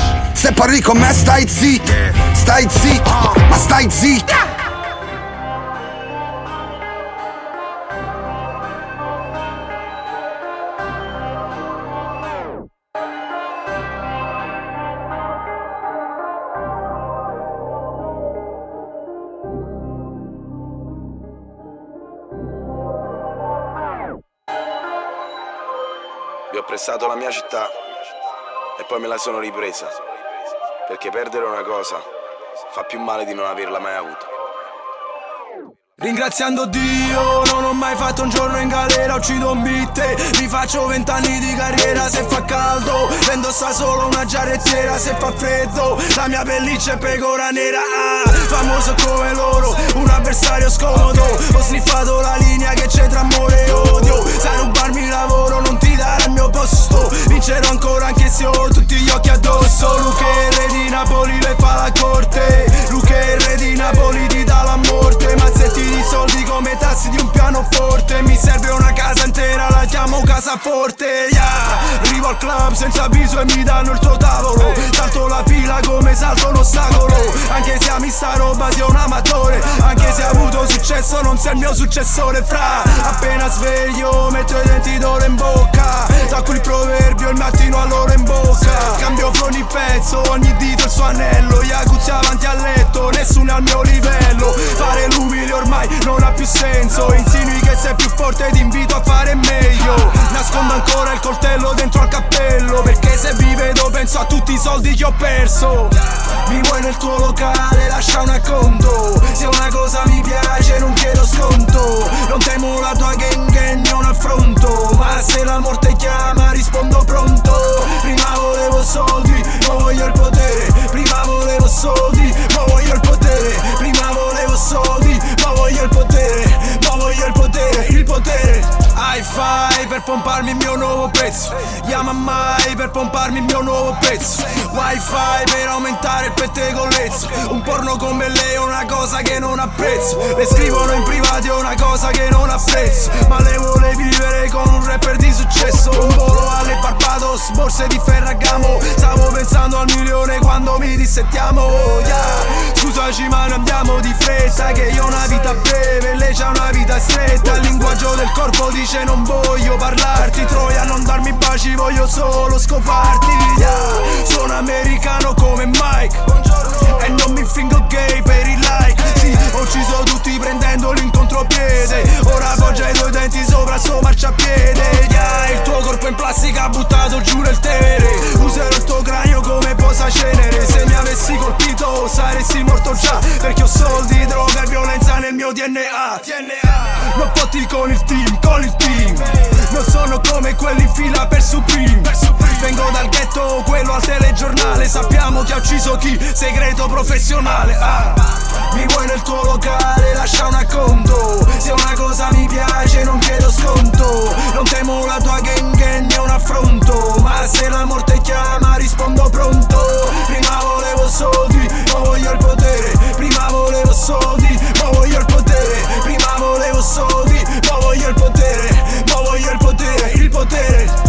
Se parli con me stai zitto. Stai zitto, ma stai zitto. Vi ho prestato la mia città e poi me la sono ripresa, perché perdere una cosa fa più male di non averla mai avuta. Ringraziando Dio non ho mai fatto un giorno in galera. Uccido un beat, rifaccio 20 anni di carriera. Se fa caldo vendo sta solo una giarrettiera. Se fa freddo la mia pelliccia è pecora nera. Famoso come loro, un avversario scomodo. Ho sniffato la linea che c'è tra amore e odio. Sai rubarmi il lavoro, non ti dare il mio posto. Vincerò ancora anche se ho tutti gli occhi addosso. Luca è re di Napoli, le fa la corte. Luca è re di Napoli, ti dà la morte. Mazzetti di soldi come tassi di un pianoforte. Mi serve una casa intera, la chiamo casaforte, yeah. Arrivo al club senza avviso e mi danno il tuo tavolo. Salto la fila come salto un ostacolo. Anche se ami sta roba sei un amatore. Anche se hai avuto successo non sei il mio successore. Fra, appena sveglio metto i denti d'oro in bocca. Tacco il proverbio il mattino all'oro in bocca. Cambio con il pezzo, ogni dito il suo anello. Jacuzzi avanti al letto, nessuno al mio livello. Fare l'umile ormai non ha più senso. Insinui che sei più forte, ti invito a fare meglio. Nascondo ancora il coltello dentro al cappello, perché se vi vedo penso a tutti i soldi che ho perso. Mi vuoi nel tuo locale, lascia un acconto. Se una cosa mi piace non chiedo sconto. Non temo la tua gang gang, non affronto. Ma se la morte chiama rispondo pronto. Prima volevo soldi, ma voglio il potere. Prima volevo soldi, ma voglio il potere. Prima volevo soldi, ma voglio il potere. Ma voglio il potere, il potere. Hi-Fi per pomparmi il mio nuovo pezzo. Yamamai per pomparmi il mio nuovo pezzo. Wi-Fi per aumentare il pettegolezzo. Un porno come lei è una cosa che non apprezzo. Le scrivono in privato è una cosa che non apprezzo. Ma lei vuole vivere con un rapper di successo. Un volo alle Barbados, borse di Ferragamo. Stavo pensando al milione quando mi dissettiamo, yeah. situaci ma non andiamo di fretta, che io ho una vita breve, lei c'ha una vita stretta. Il linguaggio del corpo dice non voglio parlarti, Troia non darmi baci, voglio solo scoparti, yeah. Sono americano come Mike e non mi fingo gay per i like. Sì, ho ucciso tutti prendendoli in contropiede, ora appoggia i tuoi denti sopra sto marciapiede, yeah. Il tuo corpo in plastica buttato giù nel tere, userò il tuo cranio come posacenere. Se mi avessi colpito saresti morto già, perché ho soldi, droga e violenza nel mio DNA. Non fotti con il team, non sono come quelli in fila per Supreme. Vengo dal ghetto, quello al telegiornale, sappiamo chi ha ucciso chi, segreto professionale. Mi vuoi nel tuo locale, lascia un acconto, se una cosa mi piace non chiedo sconto. Non temo la tua gang né un affronto, ma se la morte chiama rispondo pronto. Prima volevo soldi, ma voglio il potere. Prima volevo soldi, ma voglio il potere. Prima volevo soldi, ma voglio il potere. Ma voglio il potere, il potere.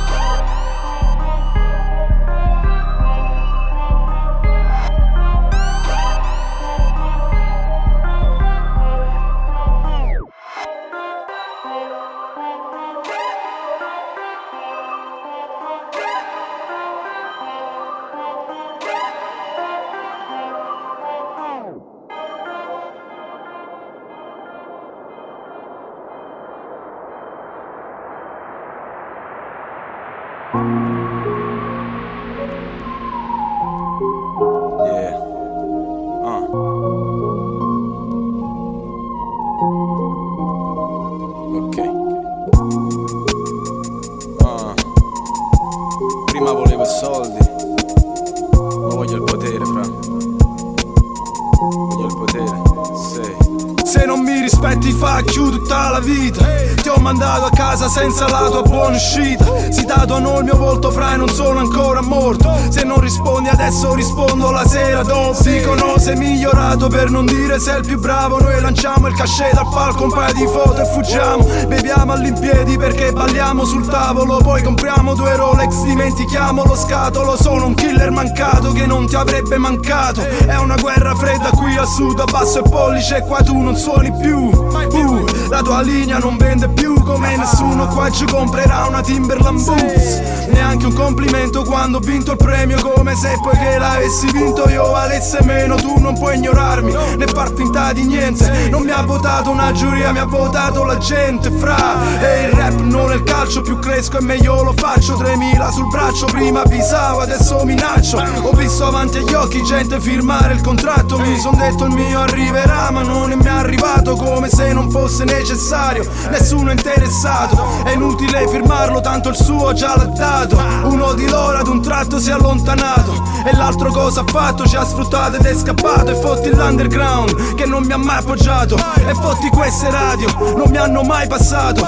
Prima volevo soldi, ma voglio il potere, fra. Voglio il potere, sì. Se non mi rispetti fuck you tutta la vita. Ti ho mandato a casa senza la tua buona uscita. Si tatuano il mio volto, fra, e non sono ancora morto. Se non rispondi adesso rispondo la sera dopo. Dicono sei migliorato per non dire sei il più bravo. Noi lanciamo il cachet dal palco, un paio di foto e fuggiamo. Beviamo all'impiedi perché balliamo sul tavolo. Poi compriamo 2 Rolex, dimentichiamo lo scatolo. Sono un killer mancato che non ti avrebbe mancato. È una guerra fredda qui al sud, abbasso il pollice, qua tu non suoni più. La tua linea non vende più, come nessuno qua ci comprerà una Timberland Boots. Neanche un complimento quando ho vinto il premio, come se poi che l'avessi vinto io valesse meno. Tu non puoi ignorarmi né far finta di niente. Non mi ha votato una giuria, mi ha votato la gente, fra. E il rap non è il calcio, più cresco e meglio lo faccio. 3000 sul braccio, prima avvisavo, adesso minaccio. Ho visto avanti agli occhi gente firmare il contratto. Mi son detto il mio arriverà, ma non è mai arrivato, come se non fosse necessario. Nessuno è interessato, è inutile firmarlo, tanto il suo già l'ha dato. Uno di loro ad un tratto si è allontanato e l'altro cosa ha fatto? Ci ha sfruttato ed è scappato. E fotti l'underground che non mi ha mai appoggiato, e fotti queste radio, non mi hanno mai passato.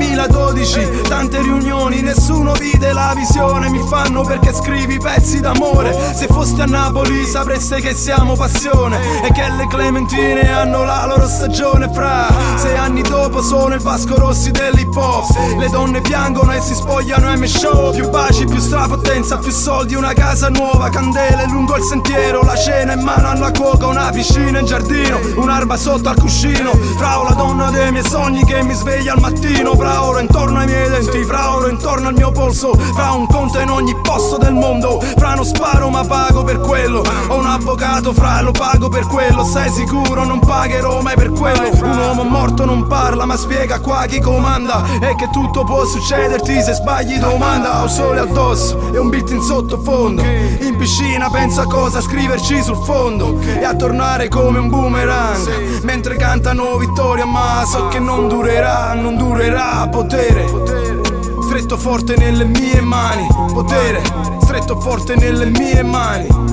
2012, tante riunioni, nessuno vide la visione. Mi fanno perché scrivi pezzi d'amore. Se foste a Napoli sapreste che siamo passione e che le clementine hanno la loro stagione, fra. 6 anni dopo sono il Vasco Rossi dell'hip hop. Le donne piangono e si spogliano ai miei show. Più baci, più strapotenza, più soldi, una casa nuova, candele lungo il sentiero, la cena in mano alla cuoca, una piscina in giardino, un'arma sotto al cuscino. Fra la donna dei miei sogni che mi sveglia al mattino. Fra oro intorno ai miei denti, fra oro intorno al mio polso. Fra un conto in ogni posto del mondo. Fra non sparo ma pago per quello. Ho un avvocato, fra, lo pago per quello. Stai sicuro non pagherò mai per quello. Un uomo morto non parla ma spiega qua chi comanda, e che tutto può succederti se sbagli domanda. Ho sole addosso e un beat in sottofondo. In piscina penso a cosa scriverci sul fondo e a tornare come un boomerang mentre cantano vittoria, ma so che non durerà, non durerà. Potere stretto forte nelle mie mani, potere stretto forte nelle mie mani.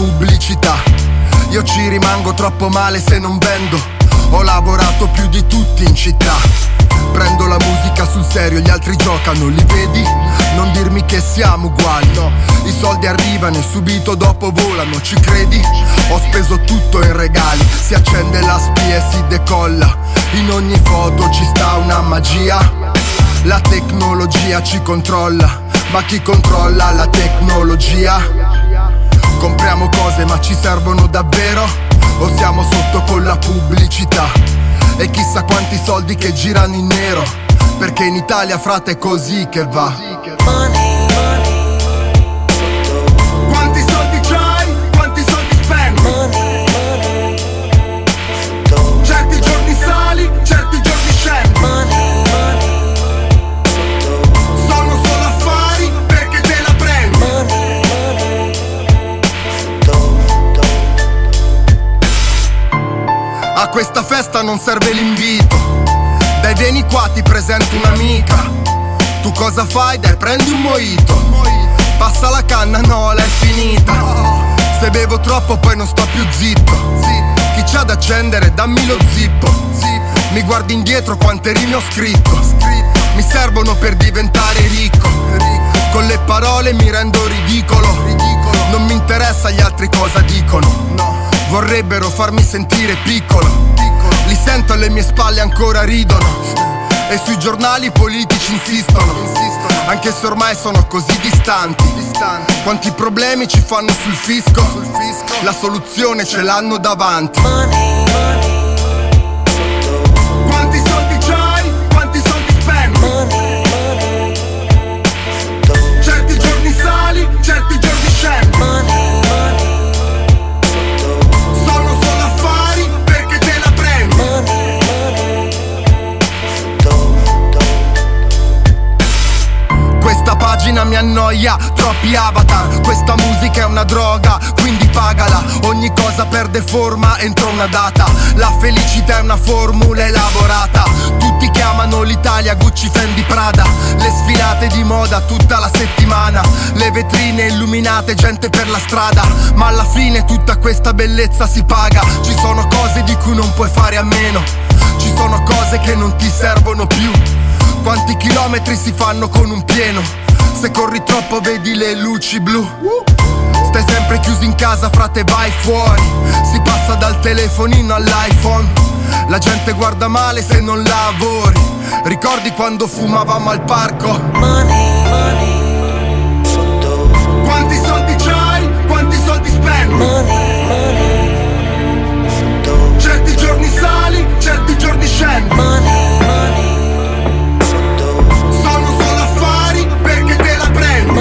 pubblicità. Io ci rimango troppo male se non vendo. Ho lavorato più di tutti in città. Prendo la musica sul serio, gli altri giocano, li vedi? Non dirmi che siamo uguali, no. I soldi arrivano e subito dopo volano, ci credi? Ho speso tutto in regali, si accende la spia e si decolla. In ogni foto ci sta una magia. La tecnologia ci controlla, ma chi controlla la tecnologia? Compriamo cose ma ci servono davvero? O siamo sotto con la pubblicità? E chissà quanti soldi che girano in nero, perché in Italia frate è così che va. Quanti soldi c'hai? Quanti soldi spendi? Certi giorni sali, certi giorni scendi. Sono solo affari perché te la prendi. A questa festa non serve l'invito. Dai vieni qua ti presento un'amica. Tu cosa fai? Dai prendi un mojito. Passa la canna, no l'hai finita. Se bevo troppo poi non sto più zitto. Chi c'ha da accendere dammi lo zippo. Mi guardi indietro quante rime ho scritto. Mi servono per diventare ricco. Con le parole mi rendo ridicolo. Non mi interessa gli altri cosa dicono. Vorrebbero farmi sentire piccolo. Li sento alle mie spalle ancora ridono. E sui giornali i politici insistono. Anche se ormai sono così distanti. Quanti problemi ci fanno sul fisco. La soluzione ce l'hanno davanti. Quanti soldi c'hai? Quanti soldi spendi? Certi giorni sali, certi giorni scendi. Sono solo affari perché te la prendi. Questa pagina mi annoia, troppi avatar. Questa musica è una droga, quindi pagala. Ogni cosa perde forma entro una data. La felicità è una formula elaborata. Tutti chiamano l'Italia Gucci, Fendi, Prada. Le sfilate di moda tutta la settimana. Le vetrine illuminate, gente per la strada. Ma alla fine tutta questa bellezza si paga. Ci sono cose di cui non puoi fare a meno. Ci sono cose che non ti servono più. Quanti chilometri si fanno con un pieno? Se corri troppo vedi le luci blu. Stai sempre chiuso in casa, frate, vai fuori. Si passa dal telefonino all'iPhone. La gente guarda male se non lavori. Ricordi quando fumavamo al parco? Quanti soldi c'hai? Quanti soldi spendi? Certi giorni sali, certi giorni scendi. Sono solo affari perché te la prendi.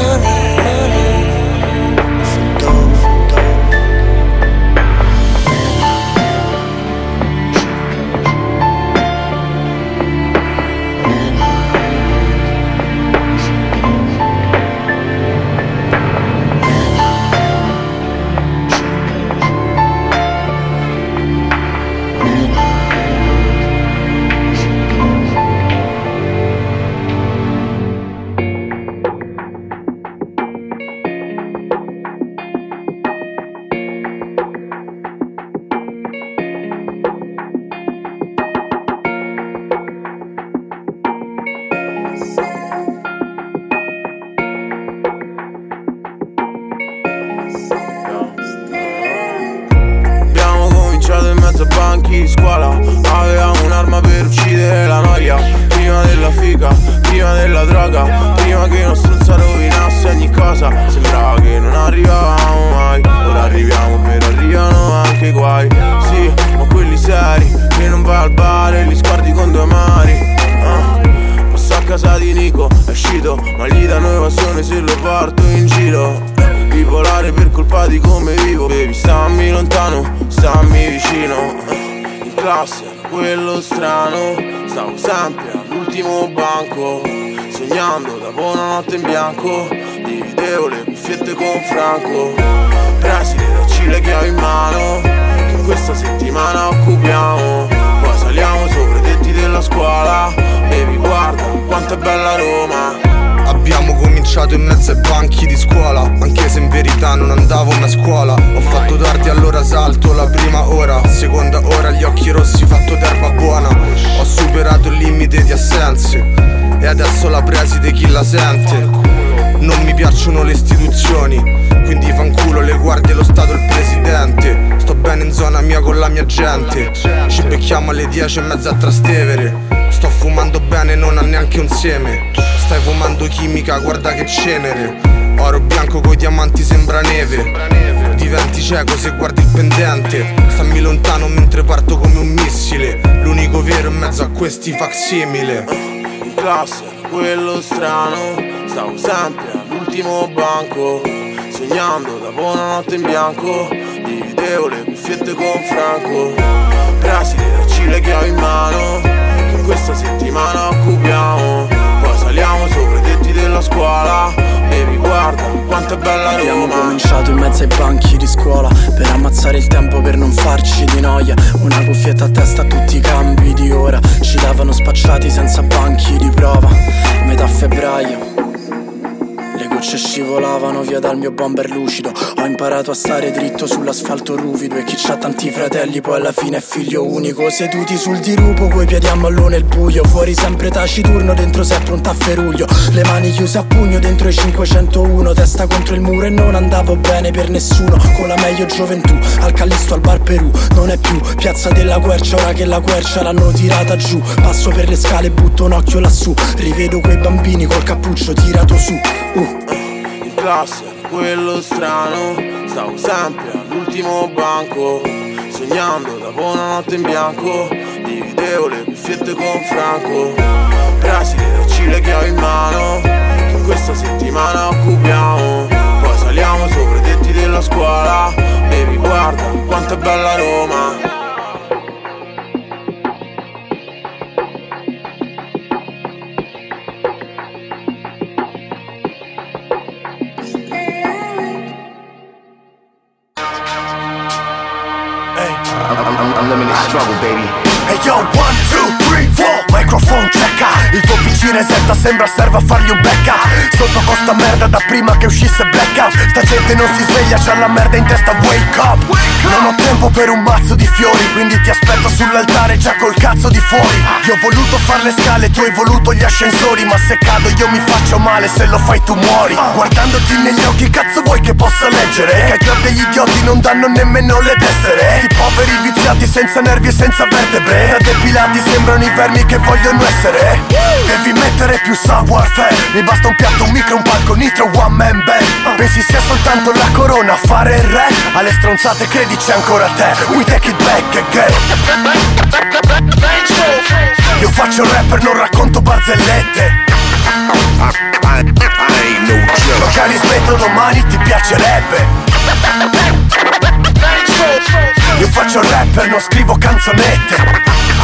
Banchi di scuola, avevamo un'arma per uccidere la noia. Prima della figa, prima della droga, prima che uno stronzo rovinasse ogni cosa. Sembrava che non arrivavamo mai, ora arriviamo però arrivano anche i guai. Sì, ma quelli seri, che non va al bar e li sguardi con due mari. Passo a casa di Nico, è uscito, ma gli danno evasione se lo porto in giro. Bipolare per colpa di come vivo. Baby, stammi lontano, stammi vicino. In classe era quello strano. Stavo sempre all'ultimo banco, sognando dopo una notte in bianco. Dividevo le cuffiette con Franco. Presi le raccine che ho in mano, che questa settimana occupiamo. Poi saliamo sopra i tetti della scuola. Baby, guarda quanto è bella Roma. Abbiamo cominciato cominciato in mezzo ai banchi di scuola, anche se in verità non andavo mai a scuola. Ho fatto tardi allora salto la prima ora, seconda ora gli occhi rossi fatto d'erba buona. Ho superato il limite di assenze e adesso la preside chi la sente. Non mi piacciono le istituzioni, quindi fanculo le guardie, lo stato, il presidente. Sto bene in zona mia con la mia gente, ci becchiamo alle 10:30 a Trastevere. Sto fumando bene, non ha neanche un seme. Stai fumando chimica, guarda che cenere. Oro bianco coi diamanti sembra neve. Diventi cieco se guardi il pendente. Stammi lontano mentre parto come un missile. L'unico vero in mezzo a questi facsimile. In classe, quello strano, stavo sempre all'ultimo banco, sognando da buona notte in bianco. Dividevo le cuffiette con Franco, preside da Cile che ho in mano, che questa settimana occupiamo. Poi saliamo sopra i tetti della scuola. Baby guarda quanto è bella Roma. Abbiamo cominciato in mezzo ai banchi di scuola, per ammazzare il tempo, per non farci di noia. Una cuffietta a testa a tutti i cambi di ora. Ci davano spacciati senza banchi di prova. Metà febbraio, le gocce scivolavano via dal mio bomber lucido. Ho imparato a stare dritto sull'asfalto ruvido. E chi c'ha tanti fratelli poi alla fine è figlio unico. Seduti sul dirupo coi piedi a mallo nel buio. Fuori sempre taciturno, dentro sempre un tafferuglio. Le mani chiuse a pugno dentro i 501. Testa contro il muro e non andavo bene per nessuno. Con la meglio gioventù, al Callisto al bar Perù. Non è più piazza della Quercia, ora che la quercia l'hanno tirata giù. Passo per le scale e butto un occhio lassù. Rivedo quei bambini col cappuccio tirato su. In classe, quello strano, stavo sempre all'ultimo banco, sognando da buona notte in bianco. Dividevo le cuffiette con Franco, preside da Cile che ho in mano, che questa settimana occupiamo. Poi saliamo sopra i tetti della scuola. Baby guarda quanto è bella Roma. Unlimited struggle, baby. Hey yo, 1, 2, 3, 4. Microphone checka. Il tuo PC resetta, sembra serva a fargli un backup. Sotto costa merda da prima che uscisse Blackout. Sta gente non si sveglia, c'ha la merda in testa, wake up. Non ho tempo per un mazzo di fiori, quindi ti aspetto sull'altare già col cazzo di fuori. Io ho voluto far le scale, tu hai voluto gli ascensori. Ma se cado io mi faccio male, se lo fai tu muori. Guardandoti negli occhi cazzo vuoi che possa leggere? Che al club degli idioti non danno nemmeno le tessere. Sti poveri viziati senza nervi e senza vertebre, da depilati sembrano i vermi che vogliono essere. Devi mettere più savoir-faire. Mi basta un piatto, un micro, un palco, nitro, one man band. Pensi sia soltanto la corona a fare il re? Alle stronzate credi c'è ancora te. We take it back again. Io faccio rapper, non racconto barzellette. Magari smetto domani, ti piacerebbe. Io faccio rapper, non scrivo canzonette.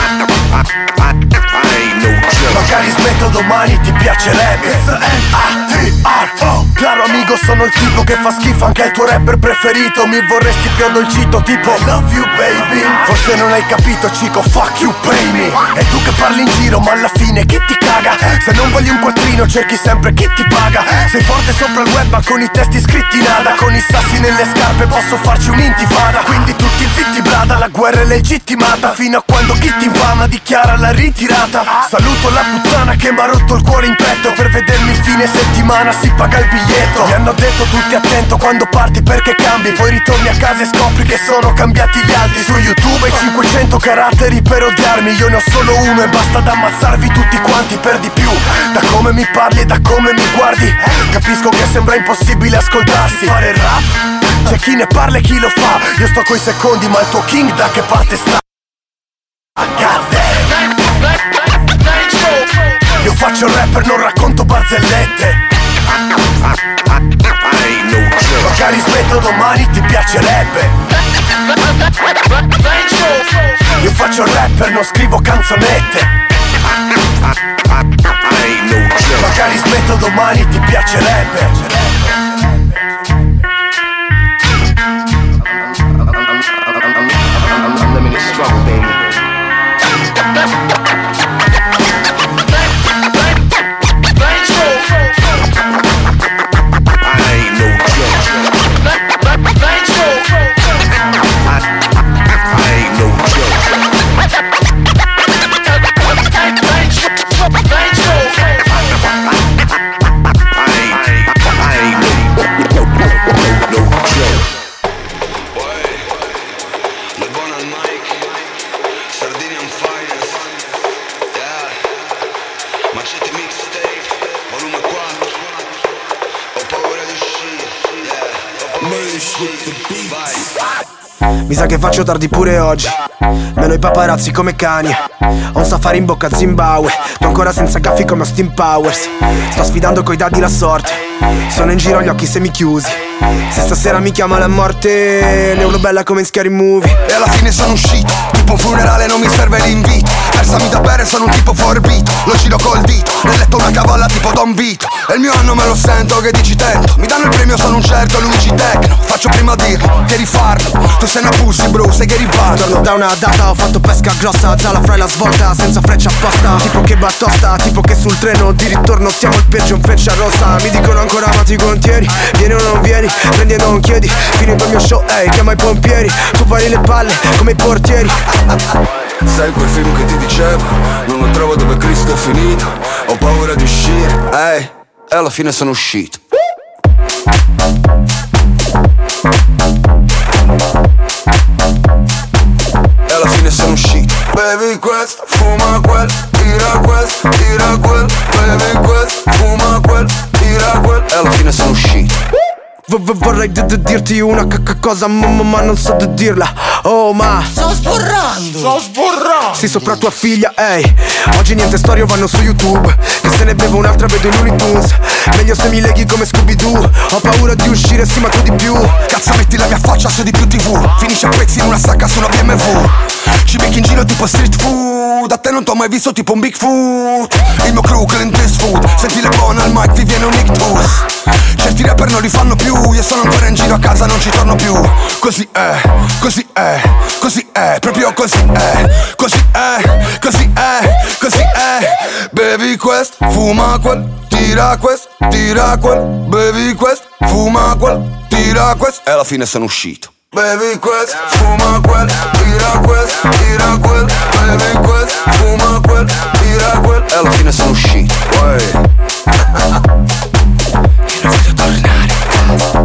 Magari smetto domani, ti piacerebbe. N-A-T-R-O. Claro amico, sono il tipo che fa schifo anche al tuo rapper preferito. Mi vorresti più addolcito tipo I love you baby. Forse non hai capito cico, fuck you pay me. E tu che parli in giro ma alla fine chi ti caga? Se non voglio un quattrino cerchi sempre chi ti paga. Sei forte sopra il web ma con i testi scritti nada. Con i sassi nelle scarpe posso farci un'intifada. Quindi tutti zitti brada, la guerra è legittimata. Fino a quando chi ti infama dichiara la ritirata. Saluto la puttana che m'ha rotto il cuore in petto. Per vedermi il fine settimana si paga il biglietto. Mi hanno detto tutti attento quando parti perché cambi. Poi ritorni a casa e scopri che sono cambiati gli altri. Su YouTube hai 500 caratteri per odiarmi. Io ne ho solo uno e basta ad ammazzarvi tutti quanti per di più. Da come mi parli e da come mi guardi capisco che sembra impossibile ascoltarsi. Fare rap? C'è chi ne parla e chi lo fa. Io sto coi secondi ma il tuo king da che parte sta? Io faccio rapper, non racconto barzellette. Magari smetto domani, ti piacerebbe. Io faccio rapper, non scrivo canzonette. Magari smetto domani, ti piacerebbe. Unlimited struggle, baby. Mi sa che faccio tardi pure oggi. Meno i paparazzi come cani. Ho un safari in bocca a Zimbabwe. Tu ancora senza caffi come Austin Powers. Sto sfidando coi dadi la sorte. Sono in giro gli occhi semichiusi. Se stasera mi chiama la morte, ne urlo bella come in Scary Movie. E alla fine sono uscito, tipo un funerale non mi serve l'invito. Versami da bere, sono un tipo forbito. Lo giro col dito, nel letto una cavalla tipo Don Vito. E il mio anno me lo sento che dici tento. Mi danno il premio, sono un certo Luigi Tecno. Faccio prima dirlo, che rifarlo. Tu sei una pussy bro, sei che riparlo. Torno da una data, ho fatto pesca grossa. Zala fra la svolta, senza freccia apposta. Tipo che battosta, tipo che sul treno di ritorno siamo il peggio in freccia rossa. Mi dicono ancora ma ti contieni. Vieni o non vieni, prendi e non chiedi. Finito il mio show, ehi, chiama i pompieri. Tu pari le palle come i portieri. Sai quel film che ti dicevo? Non lo trovo dove Cristo è finito. Ho paura di uscire, ehi, e alla fine sono uscito. E alla fine sono uscito. Bevi questo, fuma quel, tira questo, tira quel. Bevi questo, fuma quel, tira quel. E alla fine sono uscito. Vorrei dirti una cosa ma non so dirla. Oh ma sto sborrando. Sì, sopra tua figlia, ehi. Oggi niente storie vanno su YouTube. Che se ne bevo un'altra vedo in Looney Tunes. Meglio se mi leghi come Scooby-Doo. Ho paura di uscire, sì ma tu di più. Cazzo metti la mia faccia su di più TV. Finisce a pezzi in una sacca su una BMW. Ci becchi in giro tipo street food. A te non t'ho mai visto tipo un Bigfoot. Il mio crew Clint Eastwood. Senti le buone al mic, vi viene un ictus. Certi rapper non li fanno più. Io sono ancora in giro a casa, non ci torno più. Così è, così è, così è, proprio così è. Così è, così è, così è. Bevi questo, fuma quel, tira questo, tira quel. Bevi questo, fuma quel, tira questo. E alla fine sono uscito. Bevi questo, fuma quel, tira questo, tira quel. Bevi questo, fuma quel, tira quel. E alla fine sono uscito. Io non voglio tornare a casa.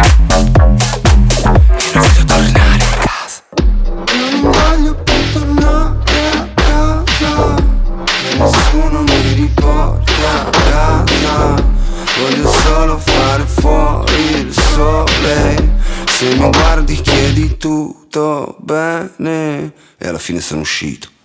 Io non voglio tornare a casa. Io non voglio più tornare a casa. Che nessuno mi riporta a casa. Voglio solo fare fuori il sole. Se mi guardi chiedi tutto bene. E alla fine sono uscito.